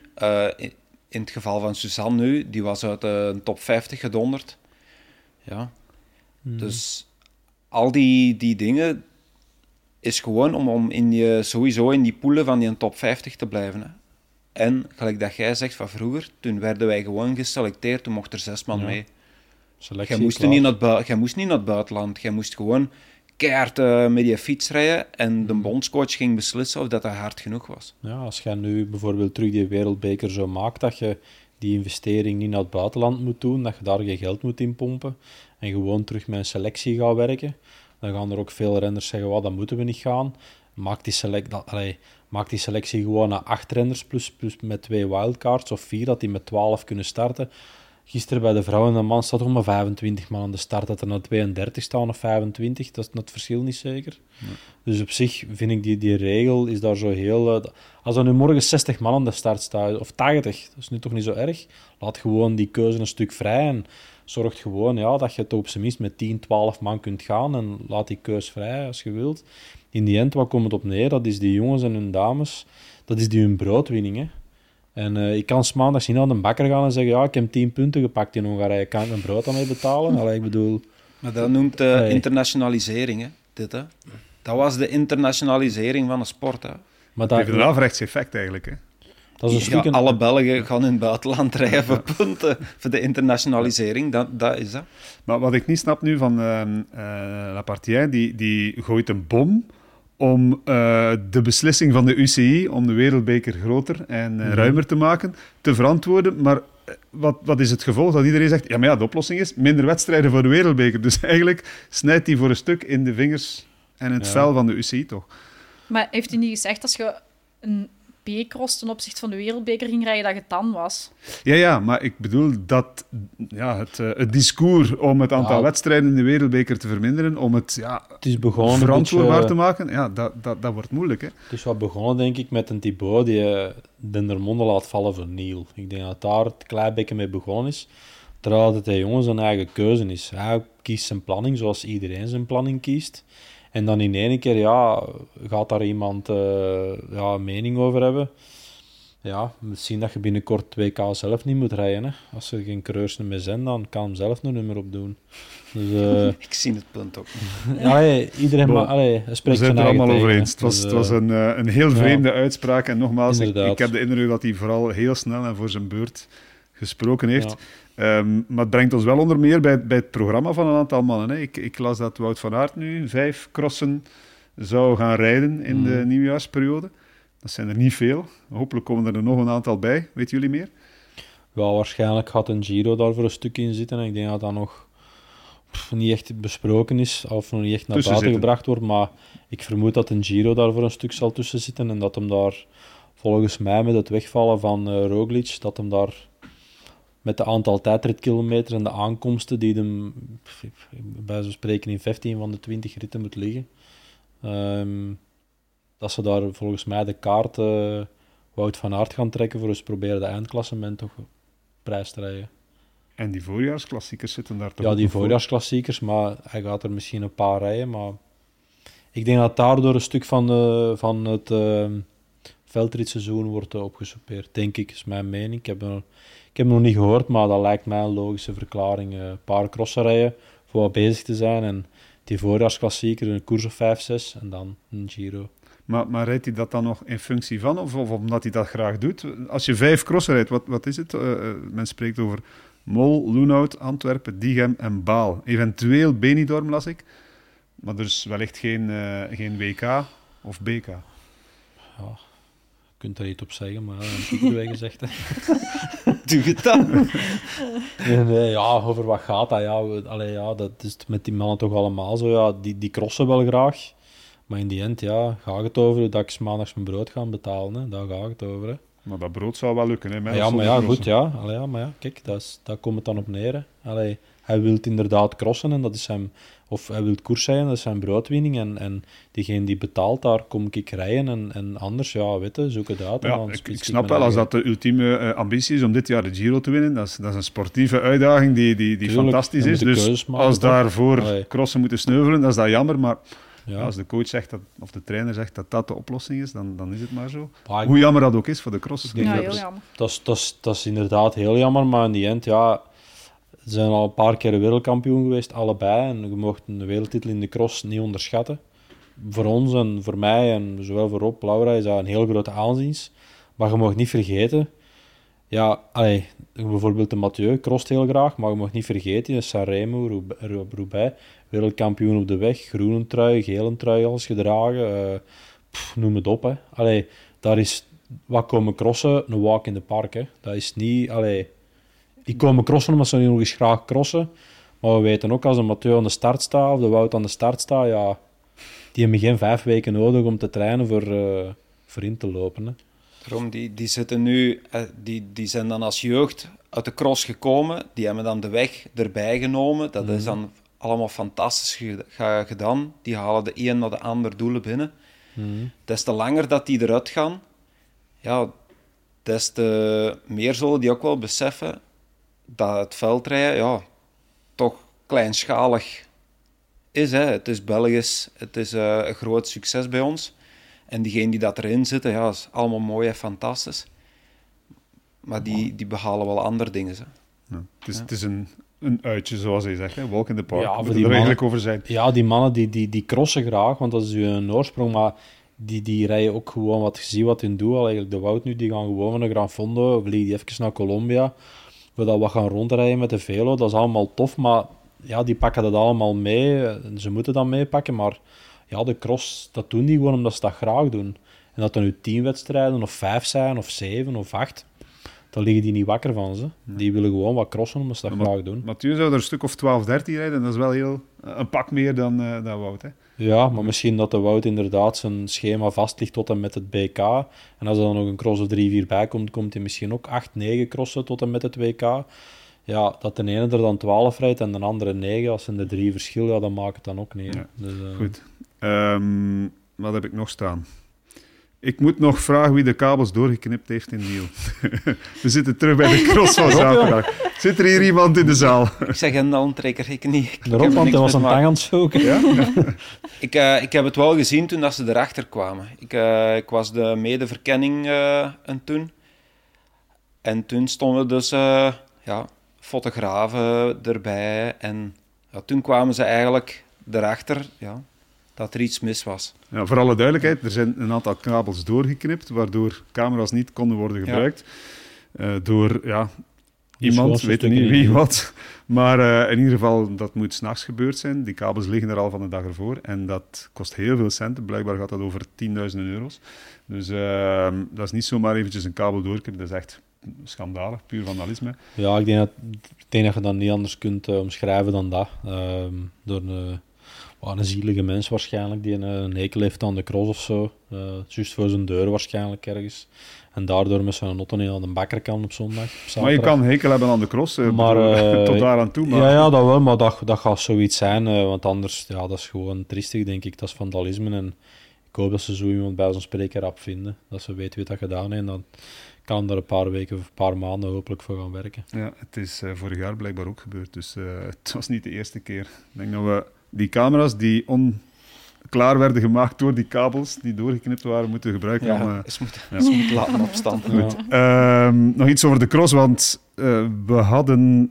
in het geval van Suzanne nu, die was uit de top 50 gedonderd. Ja. Dus al die dingen is gewoon om sowieso in die poelen van die top 50 te blijven. Hè. En, gelijk dat jij zegt van vroeger, toen werden wij gewoon geselecteerd, toen mocht er 6 man mee. Jij moest niet naar het buitenland, jij moest gewoon keihard met die fiets rijden en de bondscoach ging beslissen of dat hard genoeg was. Ja, als jij nu bijvoorbeeld terug die wereldbeker zo maakt, dat je die investering niet naar het buitenland moet doen, dat je daar geen geld moet inpompen en gewoon terug met een selectie gaat werken, dan gaan er ook veel renners zeggen, dat moeten we niet gaan. Maak die selectie gewoon naar 8 renners plus met 2 wildcards of 4, dat die met 12 kunnen starten. Gisteren bij de vrouwen en de man staat ook maar 25 man aan de start. Dat er naar 32 staan of 25, dat is het verschil niet zeker. Ja. Dus op zich vind ik die regel is daar zo heel... als er nu morgen 60 man aan de start staat, of 80, dat is nu toch niet zo erg. Laat gewoon die keuze een stuk vrij en zorg gewoon dat je toch op zijn minst met 10, 12 man kunt gaan en laat die keus vrij als je wilt. In die end, wat komt het op neer? Dat is die jongens en hun dames, dat is die hun broodwinning, hè. En ik kan 's maandags niet naar de bakker gaan en zeggen, ik heb 10 punten gepakt in Hongarije, kan ik mijn brood daarmee betalen? Allee, ik bedoel... Maar dat noemt internationalisering, hè? Dit, hè? Dat was de internationalisering van de sport, hè? Maar dat heeft een averechts effect eigenlijk, hè? Dat is een alle Belgen gaan in het buitenland rijden voor punten voor de internationalisering, dat is dat. Maar wat ik niet snap nu van Lapartien, die gooit een bom om de beslissing van de UCI om de wereldbeker groter en ruimer te maken, te verantwoorden. Maar wat is het gevolg? Dat iedereen zegt, de oplossing is minder wedstrijden voor de wereldbeker. Dus eigenlijk snijdt hij voor een stuk in de vingers en het vel van de UCI, toch? Maar heeft hij niet gezegd, als je een B-cross ten opzichte van de wereldbeker ging rijden, dat het dan was? Ja, maar ik bedoel dat het discours om het aantal wedstrijden in de wereldbeker te verminderen, om het is begonnen verantwoordbaar te maken, dat wordt moeilijk. Hè? Het is wat begonnen, denk ik, met een Thibaut die Dendermonde laat vallen voor Niel. Ik denk dat daar het klein beetje mee begonnen is, terwijl het de jongen zijn eigen keuze is. Hij kiest zijn planning zoals iedereen zijn planning kiest. En dan in één keer, gaat daar iemand een mening over hebben. Ja, misschien dat je binnenkort 2K zelf niet moet rijden. Hè. Als er geen coureurs meer zijn, dan kan hem zelf een nummer op doen. Dus, ik zie het punt ook. Iedereen spreekt zijn zijn het er eigen allemaal over tegen. eens. Het was een heel vreemde uitspraak. En nogmaals, ik heb de indruk dat hij vooral heel snel en voor zijn beurt gesproken heeft. Ja. Maar het brengt ons wel onder meer bij het programma van een aantal mannen. Hè. Ik las dat Wout van Aert nu 5 crossen zou gaan rijden in de nieuwjaarsperiode. Dat zijn er niet veel. Hopelijk komen er nog een aantal bij. Weten jullie meer? Ja, waarschijnlijk gaat een Giro daar voor een stuk in zitten. En ik denk dat dat nog niet echt besproken is of nog niet echt naar buiten gebracht wordt. Maar ik vermoed dat een Giro daar voor een stuk zal tussen zitten. En dat hem daar volgens mij met het wegvallen van Roglic, dat hem daar met de aantal tijdritkilometers en de aankomsten die hem bij zo'n spreken in 15 van de 20 ritten moet liggen. Dat ze daar volgens mij de kaart Wout van Aert gaan trekken voor eens proberen de eindklassement toch op prijs te rijden. En die voorjaarsklassiekers zitten daar toch? Ja, die voorjaarsklassiekers, maar hij gaat er misschien een paar rijden. Maar ik denk dat daardoor een stuk van het veldritseizoen wordt opgesoupeerd. Denk ik, is mijn mening. Ik heb hem nog niet gehoord, maar dat lijkt mij een logische verklaring. Een paar crossen rijden voor wat bezig te zijn en die voorjaarsklassieker, een koers of 5, 6 en dan een Giro. Maar rijdt hij dat dan nog in functie van, of omdat hij dat graag doet? Als je 5 crossen rijdt, wat is het? Men spreekt over Mol, Loenhout, Antwerpen, Diegem en Baal. Eventueel Benidorm, las ik. Maar er is wellicht geen WK of BK. Ja, je kunt er iets op zeggen, maar dat heb ik erbij gezegd. Hè. Doe je dat? Nee, over wat gaat dat? Dat is met die mannen toch allemaal zo. Ja, die crossen wel graag. Maar in die end, gaat het over dat ik 's maandags mijn brood ga betalen. Hè. Daar gaat het over. Hè. Maar dat brood zou wel lukken, hè? Kijk, daar komt het dan op neer. Hè. Hij wil inderdaad crossen en dat is hem... Of hij wil koers rijden, dat is zijn broodwinning. En diegene die betaalt, daar kom ik rijden. En anders, zoek het uit. Ja, ik snap wel, als dat de ultieme ambitie is om dit jaar de Giro te winnen, dat is een sportieve uitdaging die fantastisch is. Dus als daarvoor crossen moeten sneuvelen, dat is dat jammer. Maar als de coach zegt, of de trainer zegt dat de oplossing is, dan is het maar zo. Hoe jammer dat ook is voor de crossers. Ja, heel jammer. Dat is inderdaad heel jammer, maar in die end, ze zijn al een paar keer wereldkampioen geweest, allebei. En je mocht een wereldtitel in de cross niet onderschatten. Voor ons en voor mij, en zowel voor Rob, Laura, is dat een heel grote aanzien. Maar je mag niet vergeten, Ja, bijvoorbeeld de Mathieu crosst heel graag, maar je mag niet vergeten, in Sanremo, Roubaix, wereldkampioen op de weg, groene trui, gele trui als gedragen, noem het op. Hè. Daar is, wat komen crossen? Een walk in the park. Hè. Dat is niet... die komen crossen omdat ze nog eens graag crossen, maar we weten ook als een Mathieu aan de start staat, of de Wout aan de start staat, ja, die hebben geen 5 weken nodig om te trainen voor in te lopen. Hè. Daarom, die zitten nu, die zijn dan als jeugd uit de cross gekomen, die hebben dan de weg erbij genomen. Dat is dan allemaal fantastisch gedaan. Die halen de een naar de ander doelen binnen. Des te langer dat die eruit gaan, ja, des te meer zullen die ook wel beseffen dat het veldrijden, ja, toch kleinschalig is. Hè. Het is Belgisch, het is een groot succes bij ons. En diegenen die dat erin zitten, ja, is allemaal mooi en fantastisch. Maar die behalen wel andere dingen. Hè. Ja, het is een uitje, zoals hij zegt. Hè? Walk in the park. Ja, Moet er eigenlijk over zijn. Ja, die mannen die crossen graag, want dat is hun oorsprong. Maar die rijden ook gewoon wat je ziet wat hun doen. Eigenlijk de Wout nu, die gaan gewoon van de Gran Fondo, vliegen die even naar Colombia. We dat wat gaan rondrijden met de Velo. Dat is allemaal tof, maar ja, die pakken dat allemaal mee. Ze moeten dat meepakken, maar ja, de cross, dat doen die gewoon omdat ze dat graag doen. En dat er nu 10 wedstrijden, of 5 zijn, of 7, of 8, dan liggen die niet wakker van ze. Die willen gewoon wat crossen omdat ze dat graag doen. Mathieu zou er een stuk of 12, 13 rijden. Dat is wel heel een pak meer dan Wout. Hè? Ja, maar misschien dat de Wout inderdaad zijn schema vast ligt tot en met het BK. En als er dan nog een cross of 3, 4 bij komt, komt hij misschien ook 8, 9 crossen tot en met het WK. Ja, dat de ene er dan 12 rijdt en de andere 9, als ze de 3 verschil, ja, dan maakt het dan ook niet. Ja. Dus, Goed. Wat heb ik nog staan? Ik moet nog vragen wie de kabels doorgeknipt heeft in Niel. We zitten terug bij de cross van zaterdag. Zit er hier iemand in de zaal? Ik zeg een dalentrekker, ik niet. daarop, want hij was een tang aan het zoeken. Ja? Ik heb het wel gezien toen dat ze erachter kwamen. Ik was de medeverkenning en toen. En toen stonden dus fotografen erbij. En ja, toen kwamen ze eigenlijk erachter dat er iets mis was. Ja, voor alle duidelijkheid, er zijn een aantal kabels doorgeknipt, waardoor camera's niet konden worden gebruikt. Door iemand, weet niet wie wat. Maar in ieder geval, dat moet 's nachts gebeurd zijn. Die kabels liggen er al van de dag ervoor. En dat kost heel veel centen. Blijkbaar gaat dat over 10.000 euro's. Dus dat is niet zomaar eventjes een kabel doorknippen. Dat is echt schandalig, puur vandalisme. Ja, ik denk dat je dat niet anders kunt omschrijven dan dat. Door een zielige mens waarschijnlijk, die een hekel heeft aan de cross of zo. Juist voor zijn deur waarschijnlijk ergens. En daardoor met zijn auto niet aan de bakker kan op zondag. Op Maar je kan hekel hebben aan de cross, tot daar aan toe. Maar... Ja, dat wel, maar dat gaat zoiets zijn. Want anders, ja, dat is gewoon triestig, denk ik. Dat is vandalisme. En ik hoop dat ze zo iemand bij zo'n spreker rap vinden. Dat ze weten wie dat gedaan heeft. En dan kan er een paar weken of een paar maanden hopelijk voor gaan werken. Ja, het is vorig jaar blijkbaar ook gebeurd. Dus het was niet de eerste keer. Ik denk dat we die camera's die klaar werden gemaakt door die kabels die doorgeknipt waren, moeten gebruiken. Ja, ze moeten laten opstaan. Goed. Nog iets over de cross, want we hadden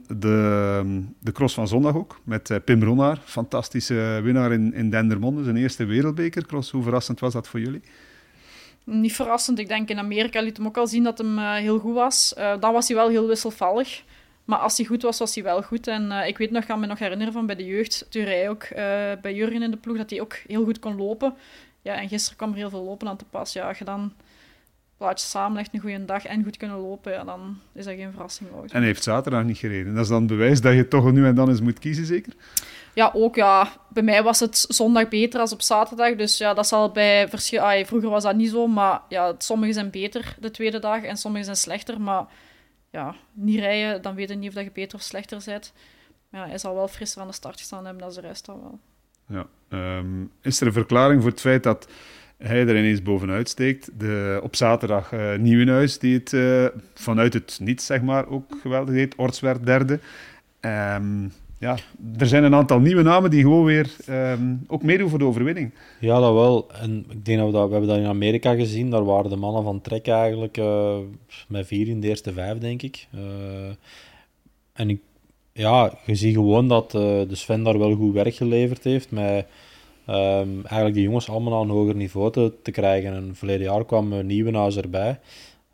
de cross van zondag ook, met Pim Ronnaar, fantastische winnaar in Dendermonde, zijn eerste wereldbekercross. Hoe verrassend was dat voor jullie? Niet verrassend. Ik denk in Amerika liet hem ook al zien dat hem heel goed was. Dan was hij wel heel wisselvallig. Maar als hij goed was, was hij wel goed. En ik weet nog, kan me nog herinneren van bij de jeugd, toen hij ook bij Jurgen in de ploeg, dat hij ook heel goed kon lopen. Ja, en gisteren kwam er heel veel lopen aan te pas. Ja, als je dan plaatjes samenlegt, een goede dag en goed kunnen lopen, ja, dan is dat geen verrassing. Ooit. En hij heeft zaterdag niet gereden. Dat is dan bewijs dat je toch nu en dan eens moet kiezen, zeker? Ja, ook ja. Bij mij was het zondag beter als op zaterdag. Dus ja, dat zal bij verschil. Vroeger was dat niet zo, maar ja, sommige zijn beter de tweede dag en sommige zijn slechter. Maar ja, niet rijden, dan weet je niet of dat je beter of slechter bent. Ja, hij zal wel frisser aan de start gestaan hebben dan de rest al wel. Ja. Is er een verklaring voor het feit dat hij er ineens bovenuit steekt? Op zaterdag Nieuwenhuis, die het vanuit het niets, zeg maar, ook geweldig deed. Orts werd derde. Ja, er zijn een aantal nieuwe namen die gewoon weer ook meedoen voor de overwinning. Ja, dat wel. En ik denk dat we hebben dat in Amerika gezien. Daar waren de mannen van Trek eigenlijk met 4 in de eerste 5, denk ik. En je ziet gewoon dat de Sven daar wel goed werk geleverd heeft met eigenlijk die jongens allemaal aan een hoger niveau te krijgen. En verleden jaar kwam Nieuwenhuis erbij.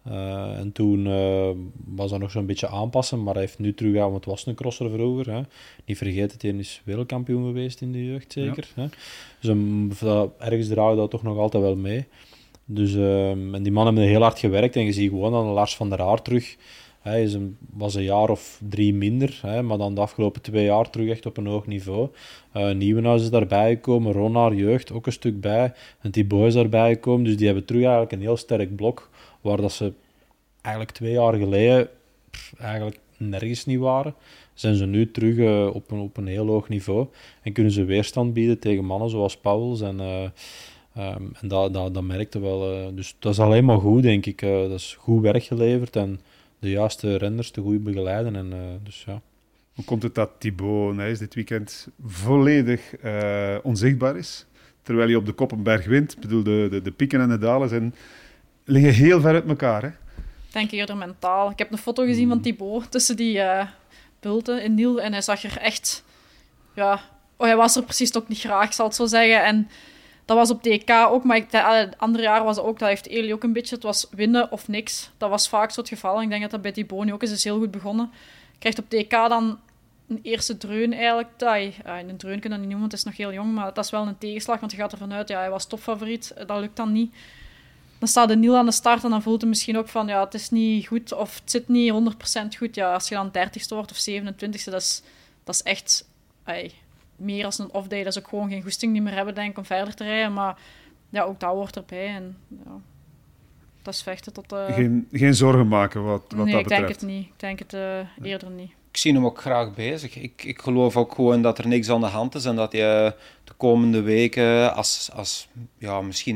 En toen was dat nog zo'n beetje aanpassen, maar hij heeft nu terug want het was een crosser vroeger. Hè. Niet vergeten, hij is wereldkampioen geweest in de jeugd, zeker. Ja. Hè. Dus ergens draait dat toch nog altijd wel mee. Dus, en die mannen hebben heel hard gewerkt en je ziet gewoon dan Lars van der Haar terug. Hij was een jaar of 3 minder, maar dan de afgelopen 2 jaar terug echt op een hoog niveau. Nieuwenhuis is daarbij gekomen, Ronaar jeugd ook een stuk bij. En Thibaut is daarbij gekomen, dus die hebben terug eigenlijk een heel sterk blok, waar dat ze eigenlijk 2 jaar geleden eigenlijk nergens niet waren. Zijn ze nu terug op een heel hoog niveau en kunnen ze weerstand bieden tegen mannen zoals Pauwels en dat merkte wel. Dus dat is alleen maar goed, denk ik. Dat is goed werk geleverd en de juiste renners te goed begeleiden. En, dus, ja. Hoe komt het dat Thibaut Nys dit weekend volledig onzichtbaar is? Terwijl hij op de Koppenberg wint. Ik bedoel, de pieken en de dalen liggen heel ver uit elkaar. Hè? Ik denk eerder mentaal. Ik heb een foto gezien van Thibaut tussen die bulten in Niel. En hij zag er echt... Ja, hij was er precies ook niet graag, ik zal het zo zeggen. En dat was op DK ook, maar het andere jaar was het ook, dat heeft Eli ook een beetje, het was winnen of niks. Dat was vaak zo het geval. Ik denk dat dat bij Thibaut nu ook is heel goed begonnen. Krijgt op DK dan een eerste dreun eigenlijk. Een dreun kun je dat niet noemen, want het is nog heel jong, maar dat is wel een tegenslag, want je gaat ervan uit, hij was topfavoriet, dat lukt dan niet. Dan staat de Niel aan de start en dan voelt hij misschien ook van, het is niet goed, of het zit niet 100% goed. Ja, als je dan 30ste wordt of 27ste, dat is echt... meer als een off-day, dat is ook gewoon geen goesting niet meer hebben, denk ik, om verder te rijden. Maar ja, ook dat hoort erbij. En ja, dat is vechten tot... Geen zorgen maken wat nee, dat ik betreft. denk het niet. Ik denk het eerder niet. Ik zie hem ook graag bezig. Ik geloof ook gewoon dat er niks aan de hand is en dat hij de komende weken, als misschien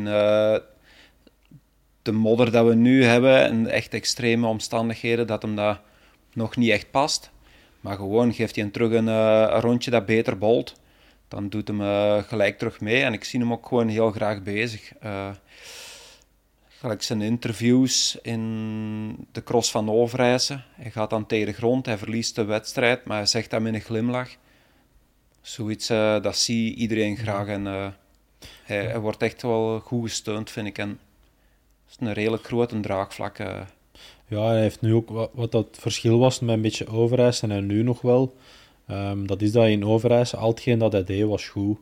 de modder dat we nu hebben en echt extreme omstandigheden, dat hem dat nog niet echt past. Maar gewoon geeft hij hem terug een rondje dat beter bolt. Dan doet hem gelijk terug mee. En ik zie hem ook gewoon heel graag bezig. Gelijk zijn interviews in de cross van Overijse. Hij gaat dan tegen de grond, hij verliest de wedstrijd, maar hij zegt dat met een glimlach. Zoiets, dat zie iedereen graag. En hij wordt echt wel goed gesteund, vind ik. En het is een redelijk grote draagvlak. Ja, hij heeft nu ook wat dat verschil was met een beetje Overijse en nu nog wel. Dat is dat in Overijse, al hetgeen dat hij deed was goed.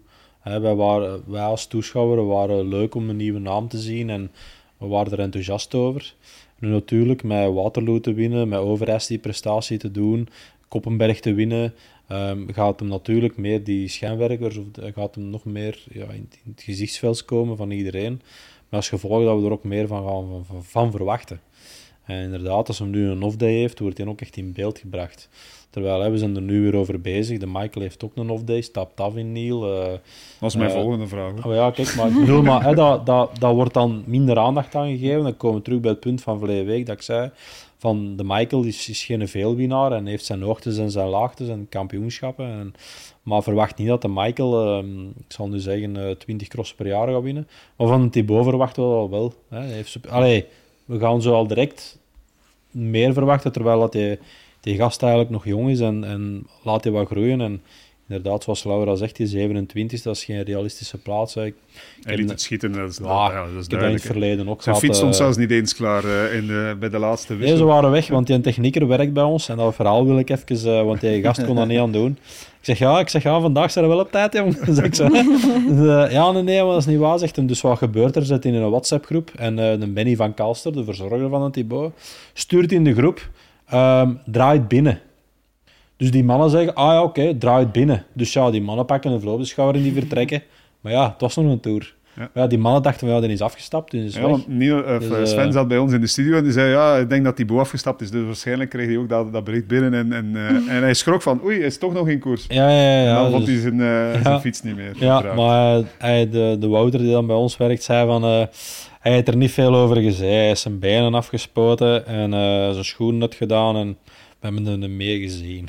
Wij als toeschouwer waren leuk om een nieuwe naam te zien en we waren er enthousiast over. Nu natuurlijk, met Waterloo te winnen, met Overijse die prestatie te doen, Koppenberg te winnen, gaat hem natuurlijk meer die schijnwerkers, gaat hem nog meer in het gezichtsveld komen van iedereen. Maar als gevolg dat we er ook meer van verwachten. En inderdaad, als hij nu een off-day heeft, wordt hij ook echt in beeld gebracht. Terwijl we zijn er nu weer over bezig. De Michael heeft ook een off-day, stapt af in Niel. Dat was mijn volgende vraag. Ja, kijk, maar ik bedoel, dat wordt dan minder aandacht aan gegeven. Dan komen we terug bij het punt van verleden week dat ik zei, van de Michael is geen veelwinnaar en heeft zijn hoogtes en zijn laagtes en kampioenschappen. Maar verwacht niet dat de Michael, ik zal nu zeggen, 20 crossen per jaar gaat winnen. Maar van Thibaut verwachten we dat wel. Hè. We gaan zo al direct meer verwachten, terwijl dat die gast eigenlijk nog jong is en laat hij wat groeien. En inderdaad, zoals Laura zegt, die 27, dat is geen realistische plaats. Hij liet het schieten, dat is ik duidelijk. heb dat in het verleden ook Zijn gehad. fiets stond zelfs niet eens klaar bij de laatste wissel. Nee, ze waren weg, want die technieker werkt bij ons. En dat verhaal wil ik even, want die gast kon dat niet aan doen. Ik zeg, vandaag zijn we wel op tijd, jong. Zeg ik zo. Nee, maar dat is niet waar, zegt hem. Dus wat gebeurt er? Zit in een WhatsApp-groep. En de Benny van Kalster, de verzorger van het Thibaut, stuurt in de groep, draait binnen. Dus die mannen zeggen, oké, draait binnen. Dus ja, die mannen pakken een vloopbeschouwer en die vertrekken. Maar ja, het was nog een tour. Ja. Maar ja, die mannen dachten van, die is afgestapt, dus is weg. Sven zat bij ons in de studio en die zei, ik denk dat Thibaut afgestapt is. Dus waarschijnlijk kreeg hij ook dat bericht binnen en hij schrok van, oei, hij is toch nog in koers. Ja. En dan vond hij zijn fiets niet meer. Ja, maar de Wouter die dan bij ons werkt, zei van, hij heeft er niet veel over gezegd. Hij is zijn benen afgespoten en zijn schoenen had gedaan en we hebben er mee gezien.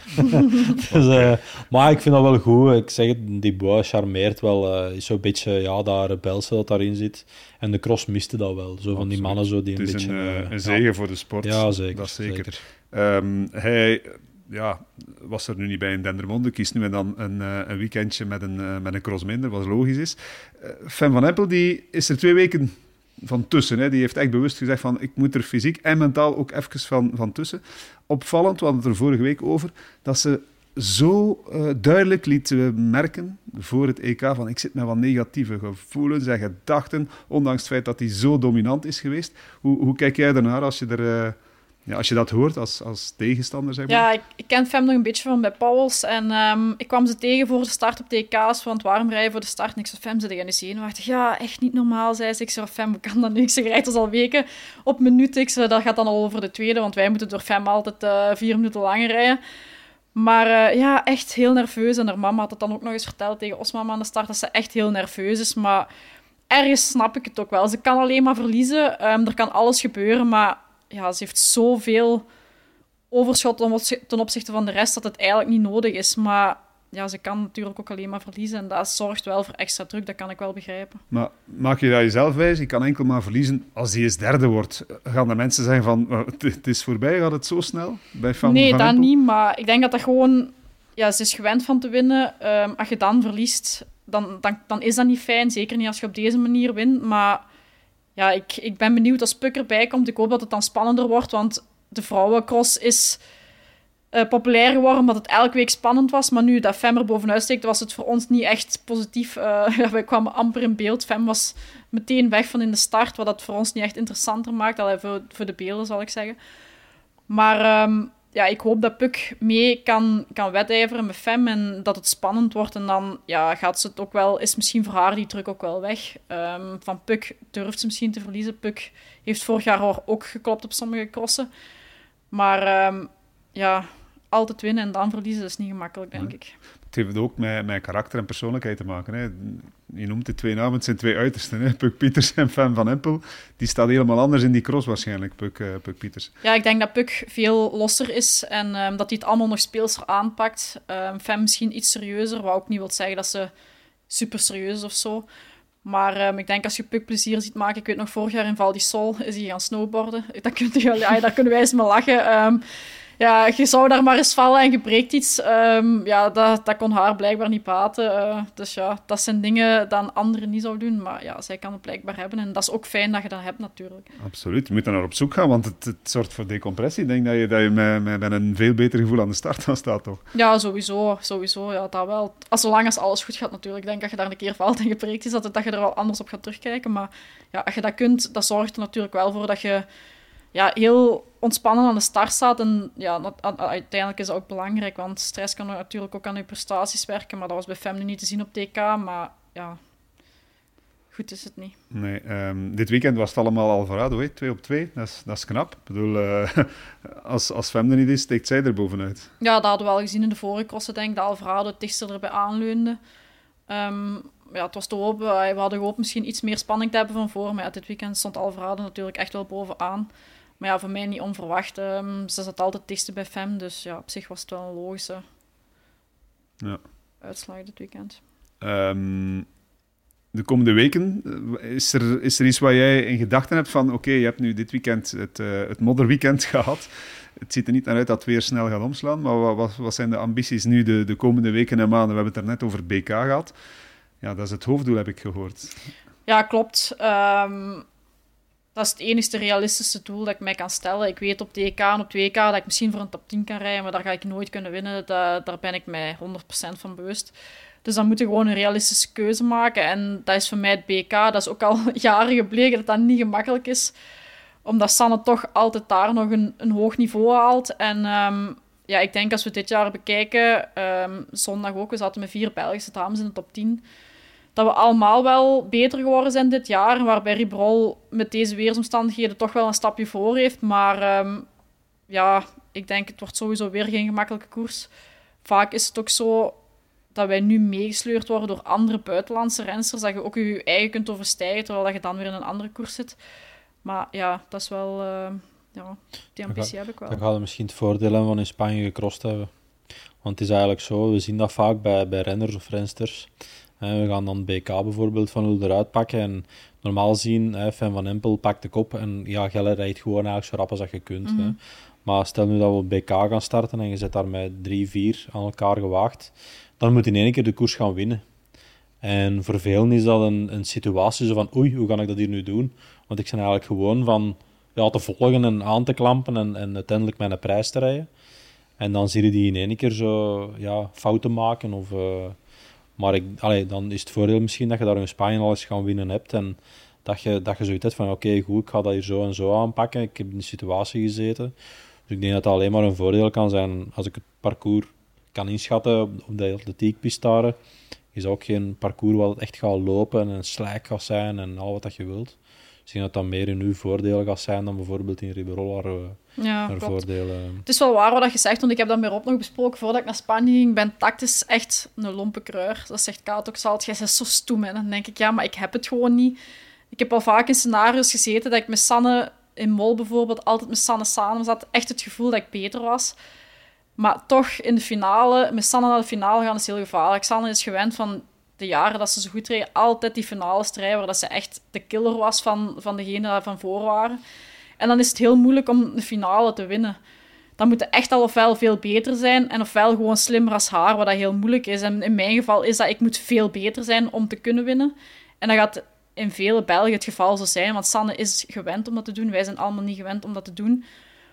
Dus, maar ik vind dat wel goed. Ik zeg het, Thibaut charmeert wel. Is zo'n beetje dat rebelse dat daarin zit. En de cross miste dat wel. Zo van die mannen zo die een beetje... Het is een zegen voor de sport. Ja, zeker. Dat is zeker. Hij was er nu niet bij in Dendermonde. Kiest nu en dan een weekendje met een cross minder, wat logisch is. Fem van Empel die is er 2 weken van tussen. Hè. Die heeft echt bewust gezegd van, ik moet er fysiek en mentaal ook even van tussen. Opvallend, we hadden het er vorige week over, dat ze zo duidelijk liet merken voor het EK van ik zit met wat negatieve gevoelens en gedachten, ondanks het feit dat hij zo dominant is geweest. Hoe kijk jij ernaar als je als je dat hoort als tegenstander, zeg maar? Ja, ik ken Fem nog een beetje van bij Pauwels. En ik kwam ze tegen voor de start op de EK's, van het warmrijden voor de start. En ik zei, Fem, zit jij niet zenuwachtig? Ja, echt niet normaal, zei ze. Ik zei, Fem, hoe kan dat nu? Ik zeg, rijdt dus al weken op minuten. Ik zei, dat gaat dan al over de tweede, want wij moeten door Fem altijd 4 minuten langer rijden. Maar ja, echt heel nerveus. En haar mama had het dan ook nog eens verteld tegen Osmama aan de start, dat ze echt heel nerveus is. Maar ergens snap ik het ook wel. Ze kan alleen maar verliezen. Er kan alles gebeuren, maar ja, ze heeft zoveel overschot ten opzichte van de rest dat het eigenlijk niet nodig is. Maar ja, ze kan natuurlijk ook alleen maar verliezen. En dat zorgt wel voor extra druk, dat kan ik wel begrijpen. Maar maak je dat jezelf wijs? Je kan enkel maar verliezen als hij eens derde wordt. Gaan de mensen zeggen van, het is voorbij, gaat het zo snel? Bij Nee, dat niet, maar ik denk dat gewoon... Ja, ze is gewend van te winnen. Als je dan verliest, dan is dat niet fijn. Zeker niet als je op deze manier wint. Maar ja, ik ben benieuwd als Puk erbij komt. Ik hoop dat het dan spannender wordt, want de vrouwencross is populair geworden omdat het elke week spannend was. Maar nu dat Fem er bovenuit steekt, was het voor ons niet echt positief. Wij kwamen amper in beeld. Fem was meteen weg van in de start, wat dat voor ons niet echt interessanter maakt. Allee, voor de beelden, zal ik zeggen. Maar ja, ik hoop dat Puk mee kan wedijveren met Fem en dat het spannend wordt. En dan ja, gaat ze het ook wel, is misschien voor haar die druk ook wel weg. Van Puk durft ze misschien te verliezen. Puk heeft vorig jaar ook geklopt op sommige crossen. Maar ja, altijd winnen en dan verliezen is niet gemakkelijk, denk ik. Het heeft ook met karakter en persoonlijkheid te maken. Hè. Je noemt de twee namen, het zijn twee uitersten. Hè. Puk Pieters en Fem van Empel. Die staat helemaal anders in die cross waarschijnlijk, Puk Pieters. Ja, ik denk dat Puk veel losser is en dat hij het allemaal nog speelser aanpakt. Fem misschien iets serieuzer, wat ook niet wil zeggen dat ze super serieus is of zo. Maar ik denk als je Puk plezier ziet maken... Ik weet nog, vorig jaar in Val di Sol is hij gaan snowboarden. Daar kunnen wij eens mee lachen. Ja, je zou daar maar eens vallen en je breekt iets. Ja, dat kon haar blijkbaar niet baten. Dus ja, dat zijn dingen die anderen niet zou doen. Maar ja, zij kan het blijkbaar hebben. En dat is ook fijn dat je dat hebt, natuurlijk. Absoluut. Je moet er naar op zoek gaan, want het zorgt voor decompressie. Ik denk dat je met een veel beter gevoel aan de start dan staat, toch? Ja, sowieso. Ja, dat wel. Zolang als alles goed gaat, natuurlijk. Ik denk dat je daar een keer valt en gebreekt is, dat je er wel anders op gaat terugkijken. Maar ja, als je dat kunt, dat zorgt er natuurlijk wel voor dat je... Ja, heel ontspannen aan de start staat. En ja, uiteindelijk is dat ook belangrijk, want stress kan natuurlijk ook aan je prestaties werken, maar dat was bij Fem nu niet te zien op TK, maar ja, goed is het niet. Nee, dit weekend was het allemaal Alvarado, hè? 2 op 2, dat is knap. Ik bedoel, als Fem er niet is, steekt zij er bovenuit. Ja, dat hadden we al gezien in de vorige crossen, denk ik, dat Alvarado het dichtst erbij aanleunde. Ja, het was te hopen, we hadden gehoopt misschien iets meer spanning te hebben van voor, maar ja, dit weekend stond Alvarado natuurlijk echt wel bovenaan. Maar ja, voor mij niet onverwacht. Ze zat altijd het dichtste bij Fem, dus ja, op zich was het wel een logische uitslag dit weekend. De komende weken, is er iets waar jij in gedachten hebt van oké, je hebt nu dit weekend het modderweekend gehad. Het ziet er niet naar uit dat het weer snel gaat omslaan, maar wat zijn de ambities nu de komende weken en maanden? We hebben het er net over BK gehad. Ja, dat is het hoofddoel, heb ik gehoord. Ja, klopt. Dat is het enige realistische doel dat ik mij kan stellen. Ik weet op de EK en op het WK dat ik misschien voor een top 10 kan rijden, maar daar ga ik nooit kunnen winnen. Daar ben ik mij 100% van bewust. Dus dan moet je gewoon een realistische keuze maken. En dat is voor mij het BK. Dat is ook al jaren gebleken dat dat niet gemakkelijk is. Omdat Sanne toch altijd daar nog een hoog niveau haalt. En ja, ik denk als we dit jaar bekijken, zondag ook, we zaten met 4 Belgische dames in de top 10... dat we allemaal wel beter geworden zijn dit jaar, waarbij Ribrol met deze weersomstandigheden toch wel een stapje voor heeft. Maar ja, ik denk het wordt sowieso weer geen gemakkelijke koers. Vaak is het ook zo dat wij nu meegesleurd worden door andere buitenlandse rensters, dat je ook je eigen kunt overstijgen, terwijl dat je dan weer in een andere koers zit. Maar ja, dat is wel... ja, die ambitie heb ik wel. Dan gaat het misschien het voordeel hebben van in Spanje gecrossed hebben. Want het is eigenlijk zo, we zien dat vaak bij renners of rensters. We gaan dan BK bijvoorbeeld van Hulder uitpakken en normaal zien, Fem van Empel pakt de kop en ja, Gelle rijdt gewoon eigenlijk zo rap als dat je kunt. Mm-hmm. Hè. Maar stel nu dat we op BK gaan starten en je zet daar met 3-4 aan elkaar gewaagd, dan moet in één keer de koers gaan winnen. En voor velen is dat een situatie zo van oei, hoe ga ik dat hier nu doen? Want ik ben eigenlijk gewoon van te volgen en aan te klampen en uiteindelijk mijn prijs te rijden. En dan zie je die in één keer zo fouten maken. Maar dan is het voordeel misschien dat je daar in Spanje al eens gaan winnen hebt. En dat je zoiets hebt van oké, goed, ik ga dat hier zo en zo aanpakken. Ik heb in die situatie gezeten. Dus ik denk dat het alleen maar een voordeel kan zijn als ik het parcours kan inschatten op de atletiekpiste daar. Is ook geen parcours wat het echt gaat lopen en een slijk gaat zijn en al wat dat je wilt. Dus ik denk dat dat meer in uw voordeel gaat zijn dan bijvoorbeeld in Riberola voordelen. Het is wel waar wat je zegt, want ik heb dat met Rob nog besproken voordat ik naar Spanje ging. Ik ben tactisch echt een lompe kreur. Dat zegt Kaat ook altijd. Jij bent zo stoem. En dan denk ik, ja, maar ik heb het gewoon niet. Ik heb al vaak in scenario's gezeten dat ik met Sanne in Mol bijvoorbeeld altijd met Sanne samen zat. Echt het gevoel dat ik beter was. Maar toch in de finale, met Sanne naar de finale gaan is heel gevaarlijk. Sanne is gewend van de jaren dat ze zo goed reed, altijd die finale strijden waar dat ze echt de killer was van degene die van voor waren. En dan is het heel moeilijk om de finale te winnen. Dan moet je echt al ofwel veel beter zijn en ofwel gewoon slimmer als haar, wat dat heel moeilijk is. En in mijn geval is dat ik moet veel beter zijn om te kunnen winnen. En dat gaat in vele Belgen het geval zo zijn, want Sanne is gewend om dat te doen. Wij zijn allemaal niet gewend om dat te doen.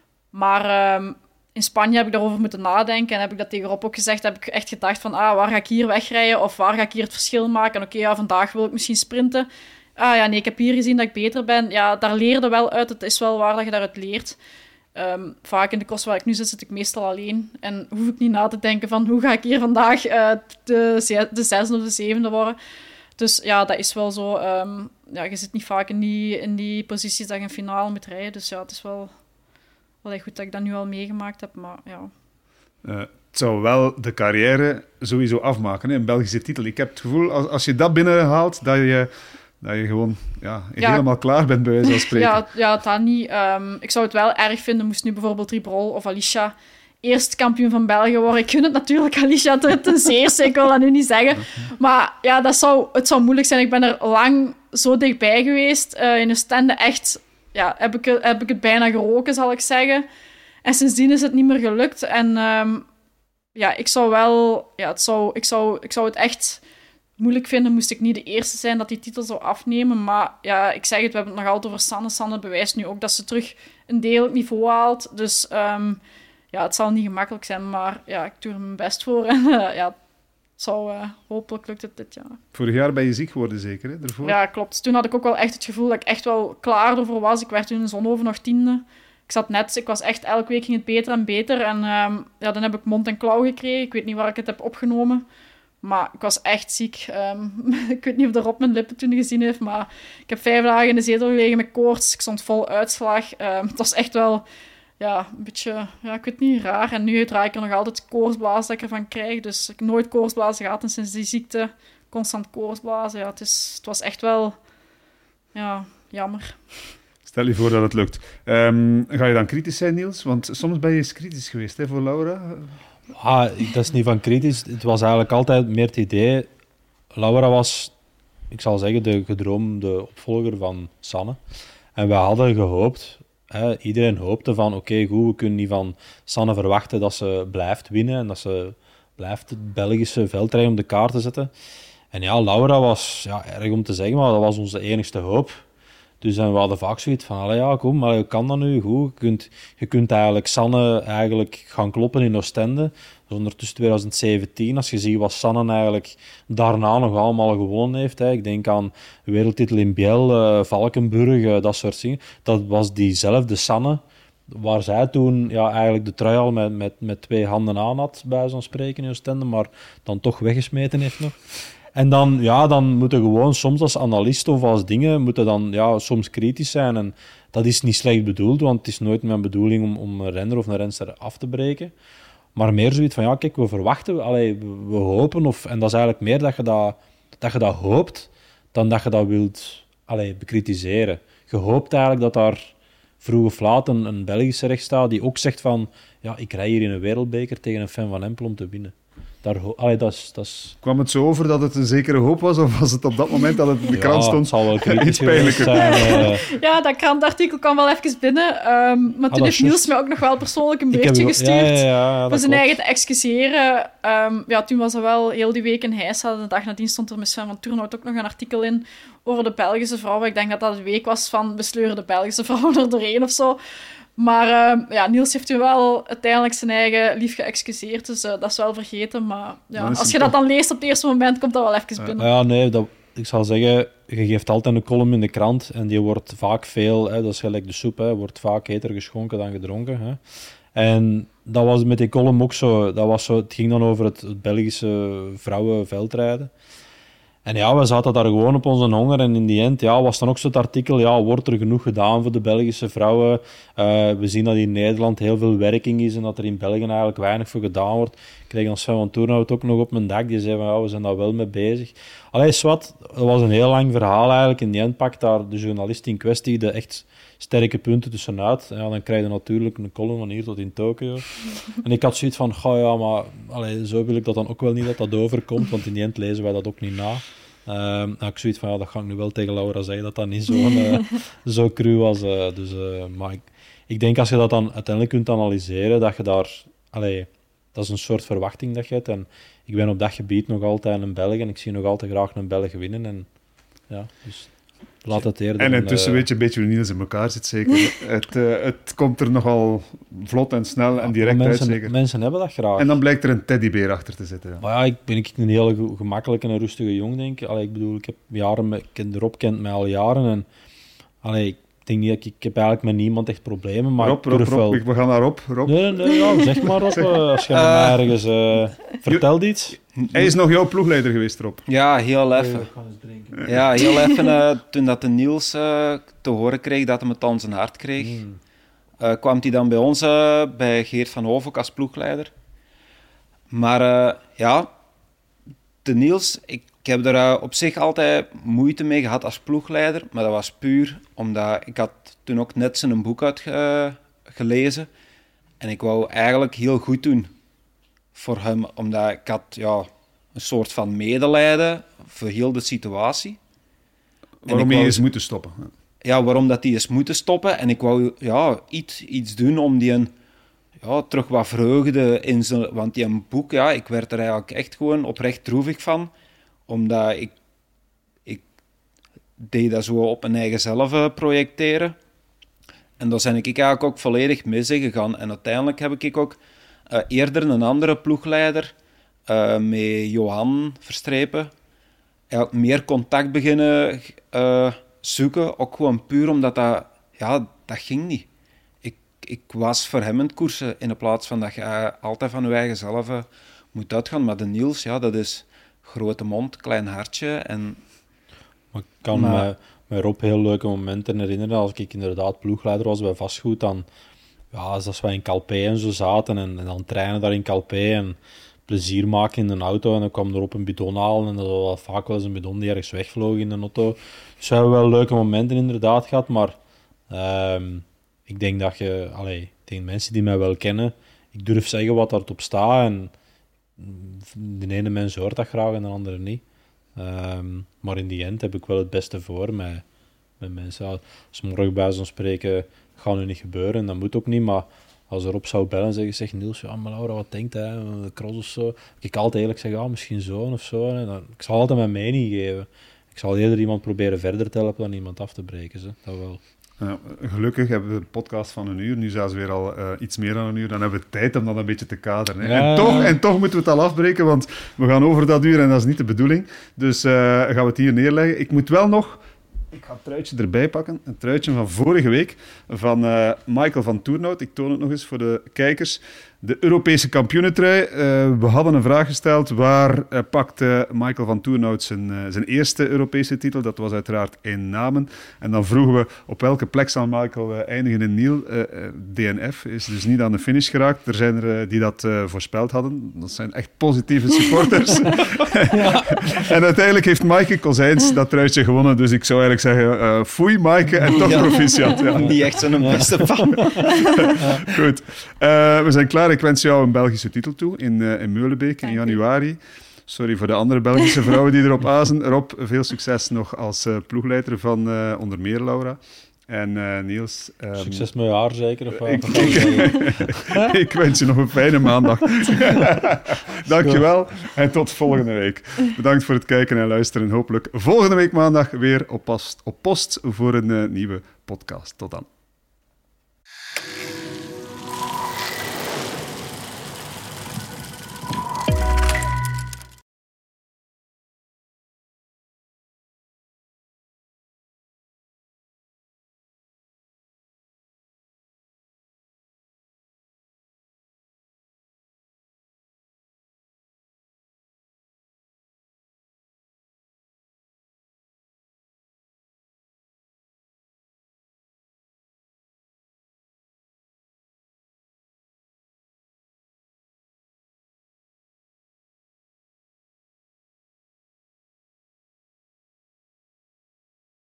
Maar in Spanje heb ik daarover moeten nadenken en heb ik dat tegen Rob ook gezegd. Heb ik echt gedacht van, waar ga ik hier wegrijden of waar ga ik hier het verschil maken? En oké, vandaag wil ik misschien sprinten. Nee, ik heb hier gezien dat ik beter ben. Ja, daar leer je wel uit. Het is wel waar dat je daaruit leert. Vaak in de koers waar ik nu zit ik meestal alleen. En hoef ik niet na te denken van, hoe ga ik hier vandaag de 6e of de 7e worden? Dus ja, dat is wel zo. Je zit niet vaak in die posities dat je een finale moet rijden. Dus ja, het is wel echt goed dat ik dat nu al meegemaakt heb. Maar ja. Het zou wel de carrière sowieso afmaken, hè? Een Belgische titel. Ik heb het gevoel, als je dat binnenhaalt, dat je gewoon helemaal klaar bent, bij wijze van spreken. Ja, dat niet. Ik zou het wel erg vinden, moest nu bijvoorbeeld Ribrol of Alicia eerst kampioen van België worden. Ik gun het natuurlijk Alicia ten zeerste, ik wil dat nu niet zeggen. Maar ja, het zou moeilijk zijn. Ik ben er lang zo dichtbij geweest. In een stende echt, heb ik het bijna geroken, zal ik zeggen. En sindsdien is het niet meer gelukt. En ik zou wel... Ja, ik zou het echt moeilijk vinden, moest ik niet de eerste zijn dat die titel zou afnemen. Maar ja, ik zeg het, we hebben het nog altijd over Sanne. Sanne bewijst nu ook dat ze terug een degelijk niveau haalt. Dus het zal niet gemakkelijk zijn, maar ja, ik doe er mijn best voor. En hopelijk lukt het dit jaar. Vorig jaar ben je ziek geworden, zeker, hè? Daarvoor? Ja, klopt. Toen had ik ook wel echt het gevoel dat ik echt wel klaar ervoor was. Ik werd toen in Zonhoven nog 10e. Ik was echt, elke week ging het beter en beter. En dan heb ik mond en klauw gekregen. Ik weet niet waar ik het heb opgenomen. Maar ik was echt ziek. Ik weet niet of de Rob mijn lippen toen gezien heeft, maar ik heb 5 dagen in de zetel gelegen met koorts. Ik stond vol uitslag. Het was echt wel een beetje, ik weet niet, raar. En nu draai ik er nog altijd koortsblazen dat ik ervan krijg. Dus ik heb nooit koortsblazen gehad en sinds die ziekte constant koortsblazen. Ja, het was echt wel jammer. Stel je voor dat het lukt. Ga je dan kritisch zijn, Niels? Want soms ben je eens kritisch geweest, hè, voor Laura. Dat is niet van kritisch. Het was eigenlijk altijd meer het idee. Laura was, ik zal zeggen, de gedroomde opvolger van Sanne. En we hadden gehoopt, iedereen hoopte van, oké, goed, we kunnen niet van Sanne verwachten dat ze blijft winnen en dat ze blijft het Belgische veldrijden op de kaart te zetten. En ja, Laura was, erg om te zeggen, maar dat was onze enigste hoop. Dus we hadden vaak zoiets van, kom, maar hoe kan dat nu? Goed, je kunt eigenlijk Sanne gaan kloppen in Oostende. Dus ondertussen 2017, als je ziet wat Sanne eigenlijk daarna nog allemaal gewonnen heeft. Ik denk aan wereldtitel in Biel, Valkenburg, dat soort dingen. Dat was diezelfde Sanne, waar zij toen eigenlijk de trui al met 2 handen aan had, bij zo'n spreken in Oostende, maar dan toch weggesmeten heeft nog. En dan moet je gewoon soms als analist of als dingen, moet je dan soms kritisch zijn. En dat is niet slecht bedoeld, want het is nooit mijn bedoeling om een renner of een renster af te breken. Maar meer zoiets van, kijk, we verwachten, we hopen, en dat is eigenlijk meer dat je dat hoopt, dan dat je dat wilt bekritiseren. Je hoopt eigenlijk dat daar vroeg of laat een Belgische recht staat die ook zegt van, ik rij hier in een wereldbeker tegen een fan van Empel om te winnen. dat is... Kwam het zo over dat het een zekere hoop was, of was het op dat moment dat het in de krant stond? Het zal wel kritisch iets pijnlijker zijn. Ja, dat krantartikel kwam wel even binnen. Maar toen heeft Niels mij ook nog wel persoonlijk een berichtje gestuurd voor zijn eigen te excuseren. Toen was er wel heel die week in Heisa. De dag nadien stond er met Sven van Turnhout ook nog een artikel in over de Belgische vrouwen. Ik denk dat dat de week was van we sleuren de Belgische vrouwen er doorheen of zo. Maar Niels heeft toen wel uiteindelijk zijn eigen lief geëxcuseerd, dus dat is wel vergeten. Maar als je dat dan leest op het eerste moment, komt dat wel even binnen. Ja, nee, ik zal zeggen, je geeft altijd een column in de krant en die wordt vaak veel, dat is gelijk de soep, wordt vaak heter geschonken dan gedronken. Hè. En dat was met die column ook zo. Het ging dan over het Belgische vrouwenveldrijden. En we zaten daar gewoon op onze honger. En in die end was dan ook zo'n artikel, wordt er genoeg gedaan voor de Belgische vrouwen? We zien dat in Nederland heel veel werking is en dat er in België eigenlijk weinig voor gedaan wordt. Ik kreeg dan Sven van Turnhout ook nog op mijn dak. Die zei van, we zijn daar wel mee bezig. Allee, zwart, dat was een heel lang verhaal eigenlijk. In die end pakt daar de journalist in kwestie de echt sterke punten tussenuit. Ja, dan krijg je natuurlijk een column van hier tot in Tokio. En ik had zoiets van, maar zo wil ik dat dan ook wel niet dat overkomt, want in die end lezen wij dat ook niet na. Had ik zoiets van, dat ga ik nu wel tegen Laura zeggen, dat dat niet zo cru was. Maar ik denk als je dat dan uiteindelijk kunt analyseren, dat je daar... dat is een soort verwachting dat je hebt. En ik ben op dat gebied nog altijd een Belg en ik zie nog altijd graag een Belg winnen. En dus... Laat het eerder. En intussen weet je een beetje hoe Niels in elkaar zit, zeker. Het komt er nogal vlot en snel en direct uit, zeker. Mensen hebben dat graag. En dan blijkt er een teddybeer achter te zitten. Ja. Maar ik ben een hele gemakkelijke en rustige jong, denk ik. Ik bedoel, ik heb jaren... Rob kent mij al jaren en... ik denk niet, ik heb eigenlijk met niemand echt problemen, maar Rob, we gaan naar Rob. Nee, zeg maar Rob, als je mij ergens... vertelt iets. Hij is nog jouw ploegleider geweest, Rob. Ja, heel even. Ja, heel even. Toen dat de Niels te horen kreeg dat hij het aan zijn hart kreeg, kwam hij dan bij ons, bij Geert van Hoof, ook als ploegleider. Maar de Niels, ik heb er op zich altijd moeite mee gehad als ploegleider, maar dat was puur omdat ik had toen ook net zijn boek uitgelezen en ik wou eigenlijk heel goed doen voor hem, omdat ik had een soort van medelijden voor heel de situatie. Waarom hij is moeten stoppen. Ja, waarom dat hij is moeten stoppen. En ik wou iets doen om die terug wat vreugde in zijn... Want die boek, ik werd er eigenlijk echt gewoon oprecht droevig van. Omdat ik deed dat zo op mijn eigen zelf projecteren. En daar ben ik eigenlijk ook volledig mis in gegaan. En uiteindelijk heb ik ook eerder een andere ploegleider, met Johan Verstrepen, meer contact beginnen zoeken. Ook gewoon puur omdat dat ging niet. Ik was voor hem in het koersen, in plaats van dat je altijd van je eigen zelf moet uitgaan. Maar de Niels, dat is grote mond, klein hartje. En... Maar ik kan me Rob heel leuke momenten herinneren. Als ik inderdaad ploegleider was bij Vastgoed, dan... als wij in Calpe en zo zaten en dan trainen daar in Calpe en plezier maken in een auto en dan kwam er op een bidon halen en dat was vaak wel eens een bidon die ergens wegvloog in een auto. Dus we hebben wel leuke momenten inderdaad gehad, maar ik denk dat ik denk mensen die mij wel kennen, ik durf zeggen wat daarop staat en de ene mens hoort dat graag en de andere niet. Maar in die end heb ik wel het beste voor met mensen. Als morgen bij zo'n spreken gaat nu niet gebeuren, dat moet ook niet, maar als erop zou bellen en zeggen, zeg Niels, maar Laura, wat denkt hij? Cross of zo? Ik altijd eerlijk zeggen, misschien zo of zo. Ik zal altijd mijn mening geven. Ik zal eerder iemand proberen verder te helpen dan iemand af te breken. Dat wel. Ja, gelukkig hebben we een podcast van 1 uur, nu zelfs weer al iets meer dan 1 uur. Dan hebben we tijd om dat een beetje te kaderen. Hè. Ja. En toch moeten we het al afbreken, want we gaan over dat uur en dat is niet de bedoeling. Dus gaan we het hier neerleggen. Ik moet wel nog... Ik ga het truitje erbij pakken. Een truitje van vorige week van Michael van Turnhout. Ik toon het nog eens voor de kijkers. De Europese kampioenentrui. We hadden een vraag gesteld. Waar pakte Michael van Turnhout zijn eerste Europese titel? Dat was uiteraard in Namen. En dan vroegen we op welke plek zal Michael eindigen in Niel. DNF is dus niet aan de finish geraakt. Er zijn er die dat voorspeld hadden. Dat zijn echt positieve supporters. Ja. En uiteindelijk heeft Maaike Kozijns dat truitje gewonnen. Dus ik zou eigenlijk zeggen, foei Maaike en toch proficiat. Ja. Niet echt zo'n beste fan. Goed. We zijn klaar. Ik wens jou een Belgische titel toe in Meulenbeek in januari. Sorry voor de andere Belgische vrouwen die erop azen. Rob, veel succes nog als ploegleider van onder meer Laura. En Niels... Succes met je haar zeker? Of ik wens je nog een fijne maandag. Dankjewel en tot volgende week. Bedankt voor het kijken en luisteren. Hopelijk volgende week maandag weer op post voor een nieuwe podcast. Tot dan.